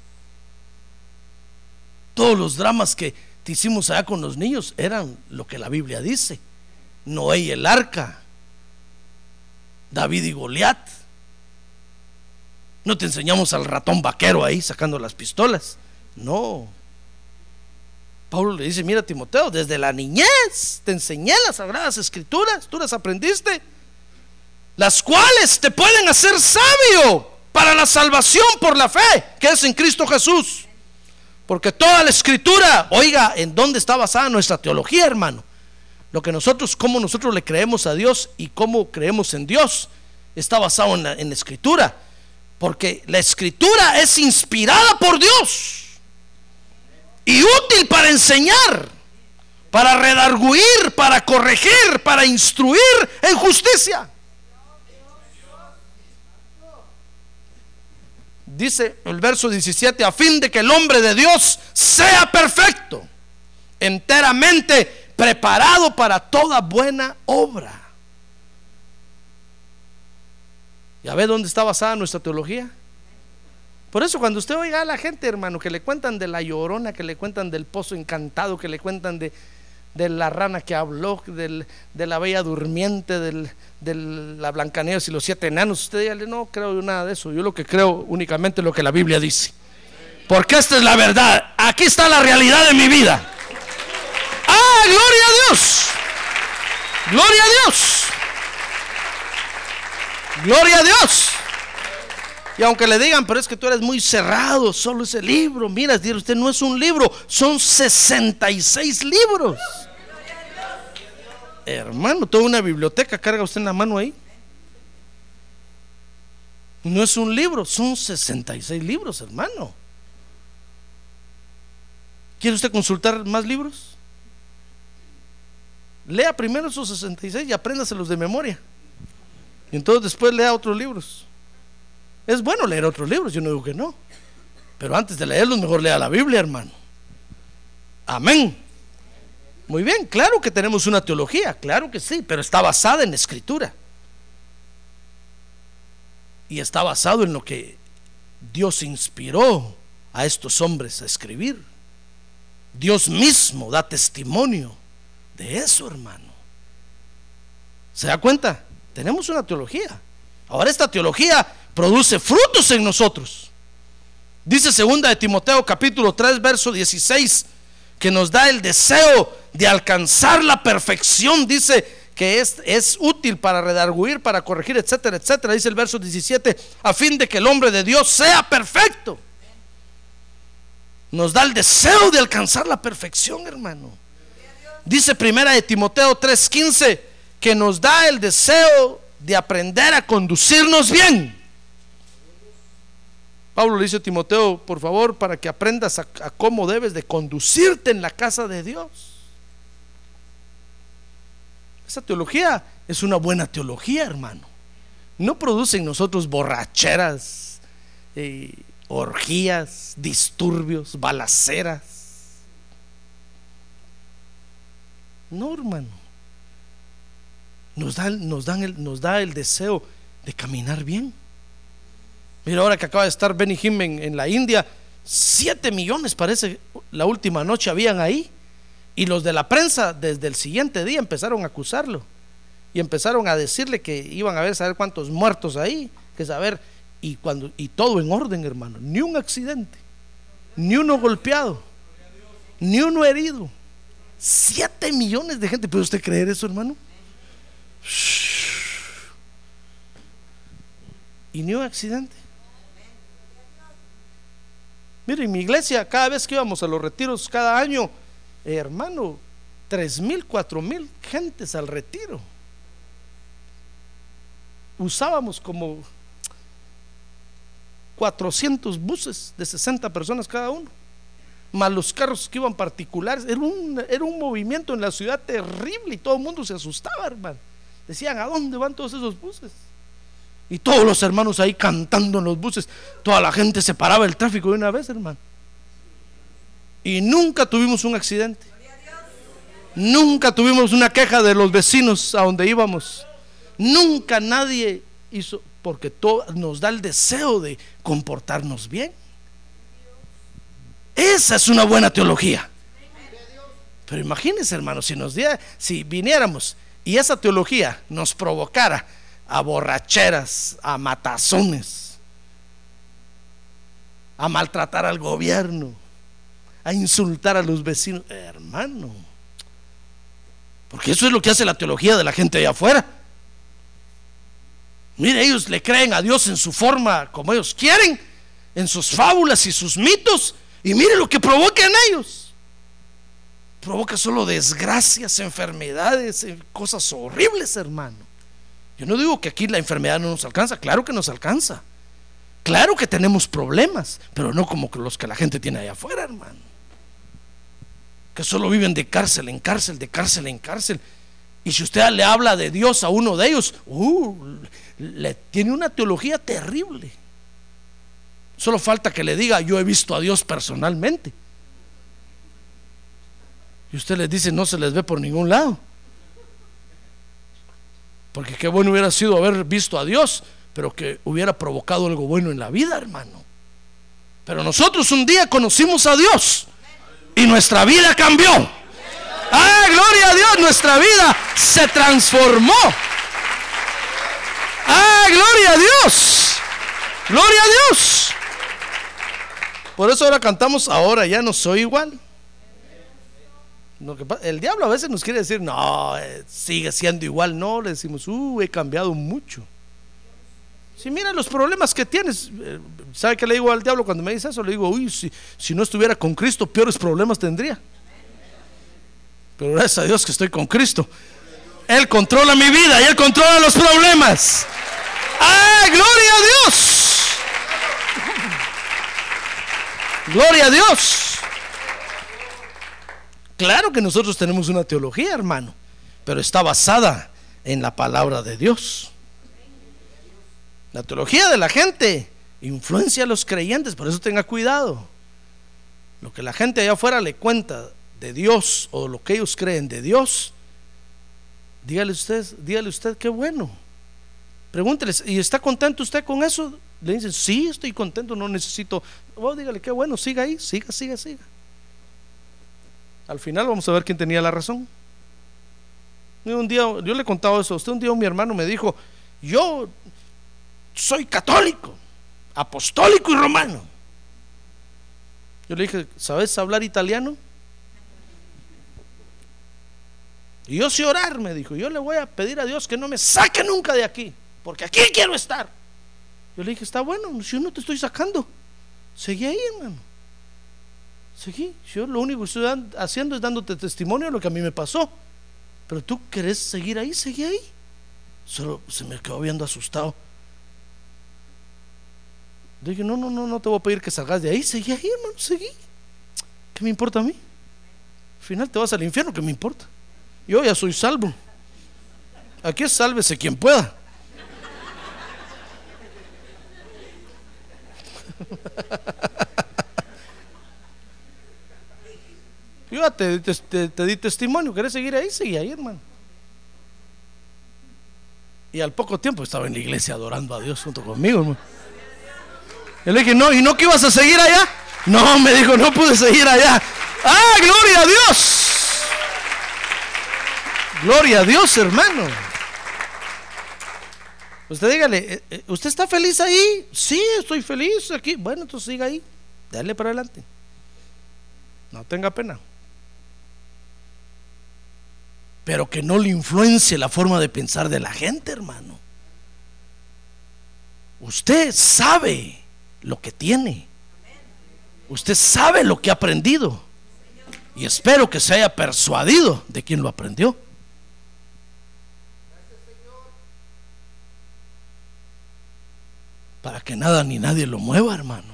Todos los dramas que te hicimos allá con los niños eran lo que la Biblia dice: Noé y el arca, David y Goliat. No te enseñamos al ratón vaquero ahí sacando las pistolas. No. Pablo le dice: mira, Timoteo, desde la niñez te enseñé las sagradas escrituras, tú las aprendiste, las cuales te pueden hacer sabio para la salvación por la fe que es en Cristo Jesús. Porque toda la escritura, oiga, ¿en dónde está basada nuestra teología, hermano? Lo que nosotros, cómo nosotros le creemos a Dios y cómo creemos en Dios, está basado en la, en la escritura. Porque la escritura es inspirada por Dios y útil para enseñar, para redarguir, para corregir, para instruir en justicia. Dice el verso diecisiete: a fin de que el hombre de Dios sea perfecto, enteramente preparado para toda buena obra. ¿Ya ve dónde está basada nuestra teología? Por eso cuando usted oiga a la gente, hermano, que le cuentan de la Llorona, que le cuentan del pozo encantado, que le cuentan de, de la rana que habló, del, de la bella durmiente, del, de la Blancanieves y los siete enanos, usted dígale: no creo nada de eso, yo lo que creo únicamente es lo que la Biblia dice, porque esta es la verdad, aquí está la realidad de mi vida. ¡Ah, gloria a Dios! ¡Gloria a Dios! ¡Gloria a Dios! Y aunque le digan: pero es que tú eres muy cerrado, solo ese libro, mira, usted no es un libro, son sesenta y seis libros. Hermano, toda una biblioteca carga usted en la mano ahí. No es un libro, son sesenta y seis libros, hermano. ¿Quiere usted consultar más libros? Lea primero esos sesenta y seis y apréndaselos de memoria, y entonces después lea otros libros. Es bueno leer otros libros, yo no digo que no, pero antes de leerlos mejor lea la Biblia, hermano. Amén. Muy bien, claro que tenemos una teología, claro que sí, pero está basada en la escritura y está basado en lo que Dios inspiró a estos hombres a escribir. Dios mismo da testimonio de eso, hermano. ¿Se da cuenta? Tenemos una teología. Ahora esta teología produce frutos en nosotros. Dice segunda de Timoteo capítulo tres verso dieciséis que nos da el deseo de alcanzar la perfección. Dice que es, es útil para redarguir, para corregir, etcétera, etcétera. Dice el verso diecisiete: a fin de que el hombre de Dios sea perfecto. Nos da el deseo de alcanzar la perfección, hermano. Dice primera de Timoteo tres quince que nos da el deseo de aprender a conducirnos bien. Pablo le dice a Timoteo: por favor, para que aprendas a, a cómo debes de conducirte en la casa de Dios. Esa teología es una buena teología, hermano. No produce en nosotros borracheras, eh, orgías, disturbios, balaceras. No, hermano. Nos da, nos, dan el, nos da el deseo de caminar bien. Mira, ahora que acaba de estar Benny Hinn en, en la India, siete millones parece la última noche habían ahí. Y los de la prensa desde el siguiente día empezaron a acusarlo y empezaron a decirle que iban a ver, saber cuántos muertos ahí, que saber, y, cuando, y todo en orden, hermano. Ni un accidente, ni uno golpeado, ni uno herido. Siete millones de gente. ¿Puede usted creer eso, hermano? Y ni un accidente. Mire, en mi iglesia, cada vez que íbamos a los retiros cada año, eh, hermano, tres mil, cuatro mil gentes al retiro. Usábamos como cuatrocientos buses de sesenta personas cada uno, más los carros que iban particulares. Era un, era un movimiento en la ciudad terrible y todo el mundo se asustaba, hermano. Decían: ¿a dónde van todos esos buses? Y todos los hermanos ahí cantando en los buses. Toda la gente se paraba el tráfico de una vez, hermano. Y nunca tuvimos un accidente. Nunca tuvimos una queja de los vecinos a donde íbamos. Nunca nadie hizo, porque todo nos da el deseo de comportarnos bien. Esa es una buena teología. Pero imagínense, hermano, si nos diera, si viniéramos y esa teología nos provocara a borracheras, a matazones, a maltratar al gobierno, a insultar a los vecinos, hermano, porque eso es lo que hace la teología de la gente allá afuera. Mire, ellos le creen a Dios en su forma, como ellos quieren, en sus fábulas y sus mitos, y mire lo que provoca en ellos. Provoca solo desgracias, enfermedades, cosas horribles, hermano. Yo no digo que aquí la enfermedad no nos alcanza, claro que nos alcanza, Claro que tenemos problemas, pero no como los que la gente tiene allá afuera, hermano, que solo viven de cárcel en cárcel, de cárcel en cárcel. Y si usted le habla de Dios a uno de ellos, uh, le tiene una teología terrible. Solo falta que le diga: yo he visto a Dios personalmente. Y usted les dice: no se les ve por ningún lado. Porque qué bueno hubiera sido haber visto a Dios, pero que hubiera provocado algo bueno en la vida, hermano. Pero nosotros un día conocimos a Dios y nuestra vida cambió. ¡Ah, gloria a Dios! Nuestra vida se transformó. ¡Ah, gloria a Dios! ¡Gloria a Dios! Por eso ahora cantamos: ahora ya no soy igual. Lo que pasa, el diablo a veces nos quiere decir: no, eh, sigue siendo igual. No, le decimos: uh, he cambiado mucho. Si mira los problemas que tienes, eh, ¿sabe qué le digo al diablo cuando me dice eso? Le digo: uy, si, si no estuviera con Cristo, peores problemas tendría. Pero gracias a Dios que estoy con Cristo. Él controla mi vida y Él controla los problemas. ¡Ah, gloria a Dios! ¡Gloria a Dios! Claro que nosotros tenemos una teología, hermano, pero está basada en la palabra de Dios. La teología de la gente influencia a los creyentes, por eso tenga cuidado. Lo que la gente allá afuera le cuenta de Dios o lo que ellos creen de Dios, dígale usted, dígale usted qué bueno. Pregúnteles: ¿y está contento usted con eso? Le dicen: sí, estoy contento, no necesito. Oh, dígale: qué bueno, siga ahí, siga, siga, siga. Al final vamos a ver quién tenía la razón. Un día, yo le he contado eso a usted, un día mi hermano me dijo: yo soy católico, apostólico y romano. Yo le dije: ¿sabes hablar italiano? Y yo sé orar, me dijo. Yo le voy a pedir a Dios que no me saque nunca de aquí, porque aquí quiero estar. Yo le dije: está bueno, si yo no te estoy sacando, seguí ahí, hermano. Seguí, yo lo único que estoy haciendo es dándote testimonio de lo que a mí me pasó. Pero tú querés seguir ahí, seguí ahí. Solo se me quedó viendo asustado. Le dije: no, no, no, no te voy a pedir que salgas de ahí, seguí ahí, hermano, seguí. ¿Qué me importa a mí? Al final te vas al infierno, ¿qué me importa? Yo ya soy salvo. Aquí es sálvese quien pueda. Yo ya te, te, te, te di testimonio. ¿Querés seguir ahí? Seguí ahí, hermano. Y al poco tiempo estaba en la iglesia adorando a Dios junto conmigo, hermano. Y le dije: no, ¿y no que ibas a seguir allá? No, me dijo: no pude seguir allá. ¡Ah, gloria a Dios! Gloria a Dios, hermano. Usted dígale: ¿usted está feliz ahí? Sí, estoy feliz aquí. Bueno, entonces siga ahí, dale para adelante, no tenga pena. Pero que no le influencie la forma de pensar de la gente, hermano. Usted sabe lo que tiene, usted sabe lo que ha aprendido, y espero que se haya persuadido de quien lo aprendió. Para que nada ni nadie lo mueva, hermano.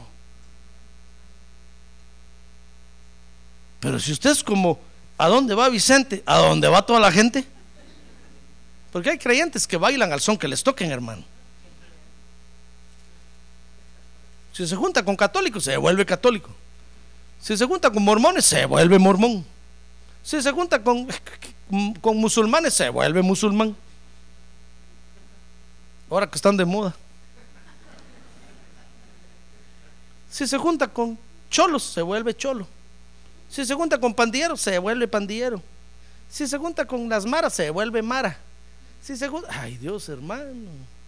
Pero si usted es como: ¿a dónde va Vicente? ¿A dónde va toda la gente? Porque hay creyentes que bailan al son que les toquen, hermano. Si se junta con católicos, se vuelve católico. Si se junta con mormones, se vuelve mormón. Si se junta con, con musulmanes, se vuelve musulmán. Ahora que están de moda. Si se junta con cholos, se vuelve cholo. Si se junta con pandilleros, se vuelve pandillero. Si se junta con las maras, se vuelve mara. Si se junta... Ay, Dios, hermano.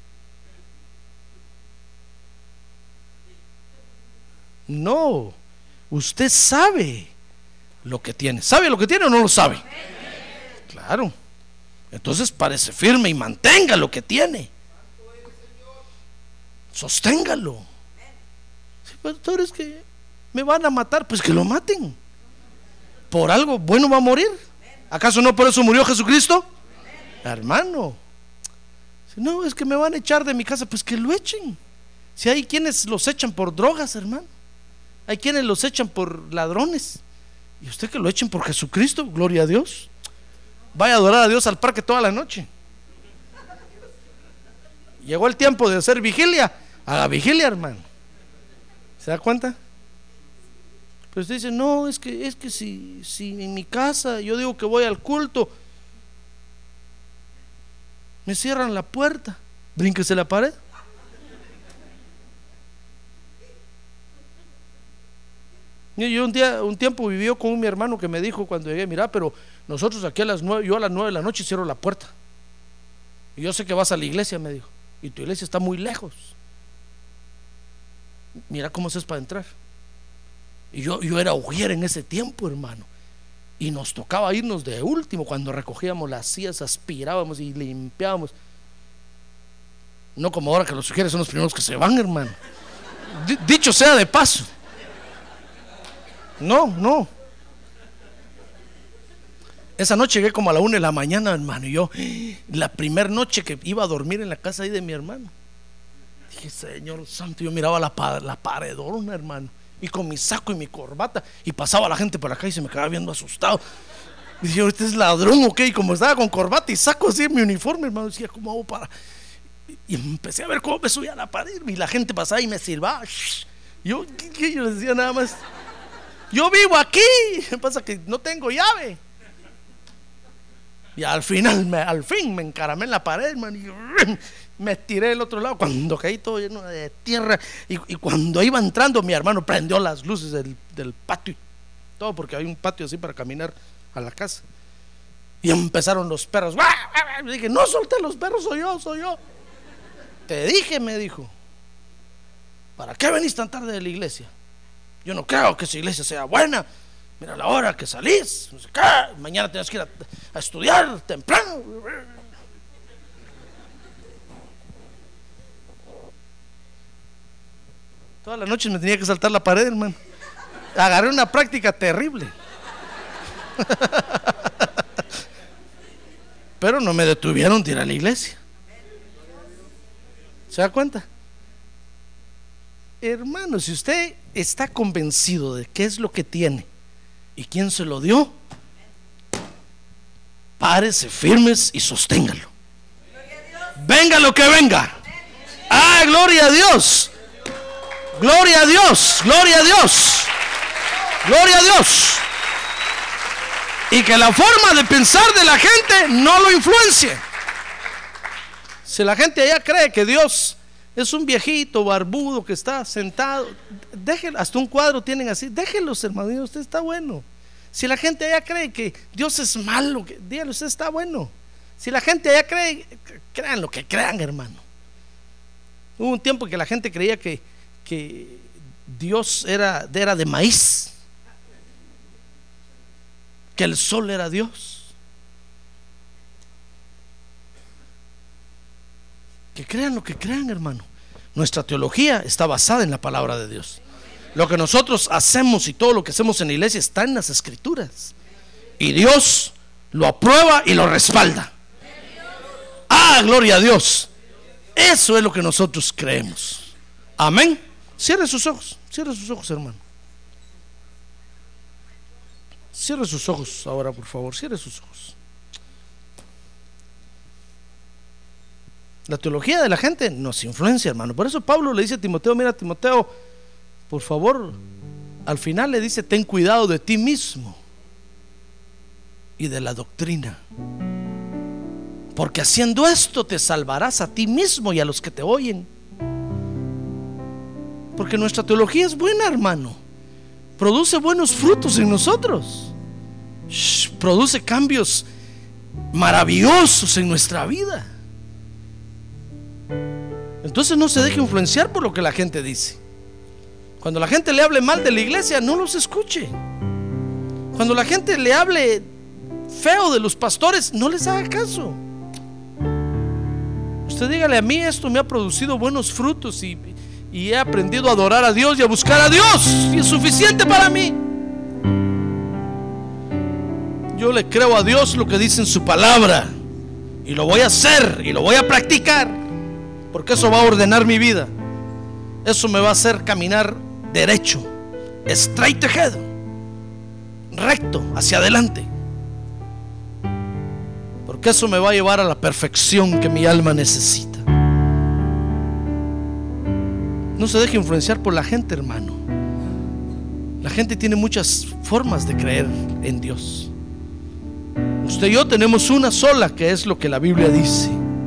No, usted sabe lo que tiene. ¿Sabe lo que tiene o no lo sabe? Claro. Entonces párese firme y mantenga lo que tiene. Sosténgalo. Sí, pastor, es que me van a matar. Pues que lo maten. Por algo bueno va a morir. ¿Acaso no por eso murió Jesucristo? Hermano, si no, es que me van a echar de mi casa. Pues que lo echen. Si hay quienes los echan por drogas, hermano, hay quienes los echan por ladrones, y usted que lo echen por Jesucristo, gloria a Dios. Vaya a adorar a Dios al parque toda la noche. Llegó el tiempo de hacer vigilia, haga vigilia, hermano. ¿Se da cuenta? Pero usted dice, no, es que, es que si, si en mi casa yo digo que voy al culto, me cierran la puerta, brínquese la pared. Yo un día, un tiempo vivió con mi hermano que me dijo cuando llegué, mira, pero nosotros aquí a las nueve, yo a las nueve de la noche cierro la puerta. Y yo sé que vas a la iglesia, me dijo, y tu iglesia está muy lejos. Mira cómo haces para entrar. Y yo, yo era ujier en ese tiempo, hermano, y nos tocaba irnos de último cuando recogíamos las sillas, aspirábamos y limpiábamos. No como ahora que los ujieres son los primeros que se van, hermano. D- dicho sea de paso. No, no. Esa noche llegué como a la una de la mañana, hermano, y yo, la primera noche que iba a dormir en la casa ahí de mi hermano, dije, Señor Santo, yo miraba la, la paredona, hermano, y con mi saco y mi corbata, y pasaba la gente por acá y se me quedaba viendo asustado. Y dije, ¿este es ladrón o qué? Y como estaba con corbata y saco así en mi uniforme, hermano, decía, ¿cómo hago para...? Y empecé a ver cómo me subía a la pared, y la gente pasaba y me silbaba. Yo, ¿qué, qué? Yo decía nada más, yo vivo aquí, me pasa que no tengo llave. Y al final, me, al fin me encaramé en la pared, hermano, y me tiré del otro lado. Cuando caí todo lleno de tierra, y, y cuando iba entrando, mi hermano prendió las luces del, del patio, todo porque hay un patio así para caminar a la casa. Y empezaron los perros. Me dije, no solté los perros, soy yo, soy yo. Te dije, me dijo, ¿para qué venís tan tarde de la iglesia? Yo no creo que esa iglesia sea buena. Mira la hora que salís, no sé qué, mañana tienes que ir a, a estudiar temprano. Todas las noches me tenía que saltar la pared, hermano. Agarré una práctica terrible. Pero no me detuvieron de ir a la iglesia. ¿Se da cuenta? Hermano, si usted está convencido de qué es lo que tiene y quién se lo dio, párese firmes y sosténgalo. Venga lo que venga. Ah, gloria a Dios. Gloria a Dios. Gloria a Dios. Gloria a Dios. Y que la forma de pensar de la gente no lo influencie. Si la gente allá cree que Dios es un viejito barbudo que está sentado, déjenlo, hasta un cuadro tienen así, déjenlos, hermano, usted está bueno. Si la gente allá cree que Dios es malo, que, dígale, usted está bueno. Si la gente allá cree, crean lo que crean, hermano. Hubo un tiempo que la gente creía que, que Dios era, era de maíz, que el sol era Dios. Que crean lo que crean, hermano. Nuestra teología está basada en la palabra de Dios. Lo que nosotros hacemos y todo lo que hacemos en la iglesia está en las escrituras, y Dios lo aprueba y lo respalda. Ah, gloria a Dios. Eso es lo que nosotros creemos. Amén. Cierre sus ojos, cierre sus ojos, hermano. Cierre sus ojos ahora, por favor, cierre sus ojos. La teología de la gente nos influencia, hermano. Por eso Pablo le dice a Timoteo, mira, Timoteo, por favor, al final le dice, ten cuidado de ti mismo y de la doctrina, porque haciendo esto te salvarás a ti mismo y a los que te oyen. Porque nuestra teología es buena, hermano. Produce buenos frutos en nosotros. Shh, produce cambios maravillosos en nuestra vida. Entonces no se deje influenciar por lo que la gente dice. Cuando la gente le hable mal de la iglesia, no los escuche. Cuando la gente le hable feo de los pastores, no les haga caso. Usted dígale, a mí esto me ha producido buenos frutos y, y he aprendido a adorar a Dios y a buscar a Dios, y es suficiente para mí. Yo le creo a Dios lo que dice en su palabra, y lo voy a hacer y lo voy a practicar, porque eso va a ordenar mi vida. eso me va a hacer caminar derecho, straight ahead, recto, hacia adelante, porque eso me va a llevar a la perfección que mi alma necesita. No se deje influenciar por la gente, hermano. La gente tiene muchas formas de creer en Dios. Usted y yo tenemos una sola, que es lo que la Biblia dice,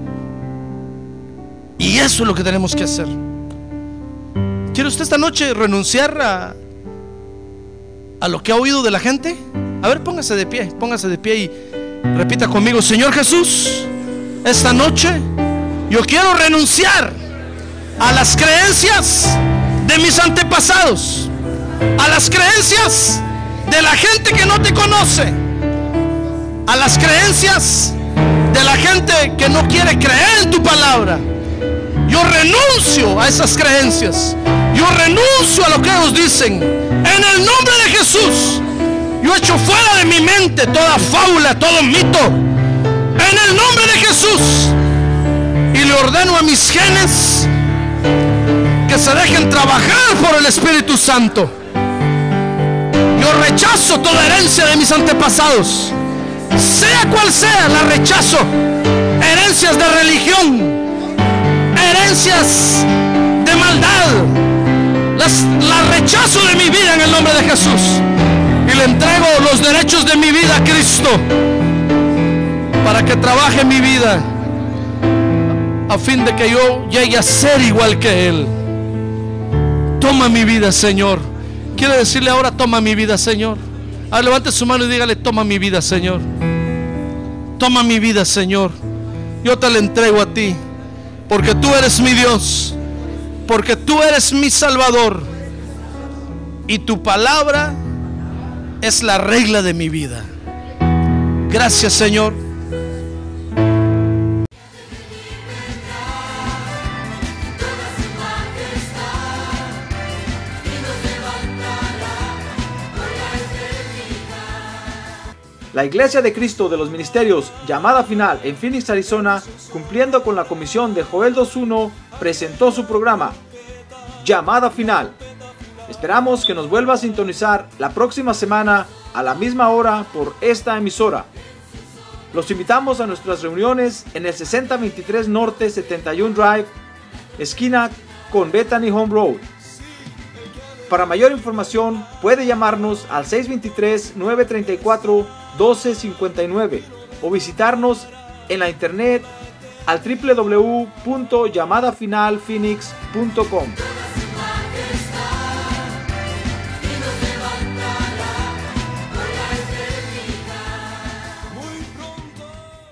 y eso es lo que tenemos que hacer. ¿Quiere usted esta noche renunciar a, a lo que ha oído de la gente? A ver, póngase de pie, póngase de pie y repita conmigo: Señor Jesús, esta noche yo quiero renunciar a las creencias de mis antepasados, a las creencias de la gente que no te conoce, a las creencias de la gente que no quiere creer en tu palabra. Yo renuncio a esas creencias. Yo renuncio a lo que ellos dicen. En el nombre de Jesús, yo echo fuera de mi mente toda fábula, todo mito. En el nombre de Jesús. Y le ordeno a mis genes que se dejen trabajar por el Espíritu Santo. Yo rechazo toda herencia de mis antepasados, sea cual sea, la rechazo. Herencias de religión, herencias de maldad, las, las rechazo de mi vida en el nombre de Jesús. Y le entrego los derechos de mi vida a Cristo, para que trabaje mi vida, a fin de que yo llegue a ser igual que Él. Toma mi vida, Señor. Quiere decirle ahora: toma mi vida, Señor. Ahora levante su mano y dígale: toma mi vida, Señor. Toma mi vida, Señor. Yo te la entrego a ti, porque tú eres mi Dios, porque tú eres mi Salvador, y tu palabra es la regla de mi vida. Gracias, Señor. La Iglesia de Cristo de los Ministerios Llamada Final en Phoenix, Arizona, cumpliendo con la comisión de Joel dos uno, presentó su programa Llamada Final. Esperamos que nos vuelva a sintonizar la próxima semana a la misma hora por esta emisora. Los invitamos a nuestras reuniones en el sesenta veintitrés Norte setenta y uno Drive, esquina con Bethany Home Road. Para mayor información puede llamarnos al seis dos tres, nueve tres cuatro, uno dos cinco nueve o visitarnos en la internet al w w w punto llamada final phoenix punto com.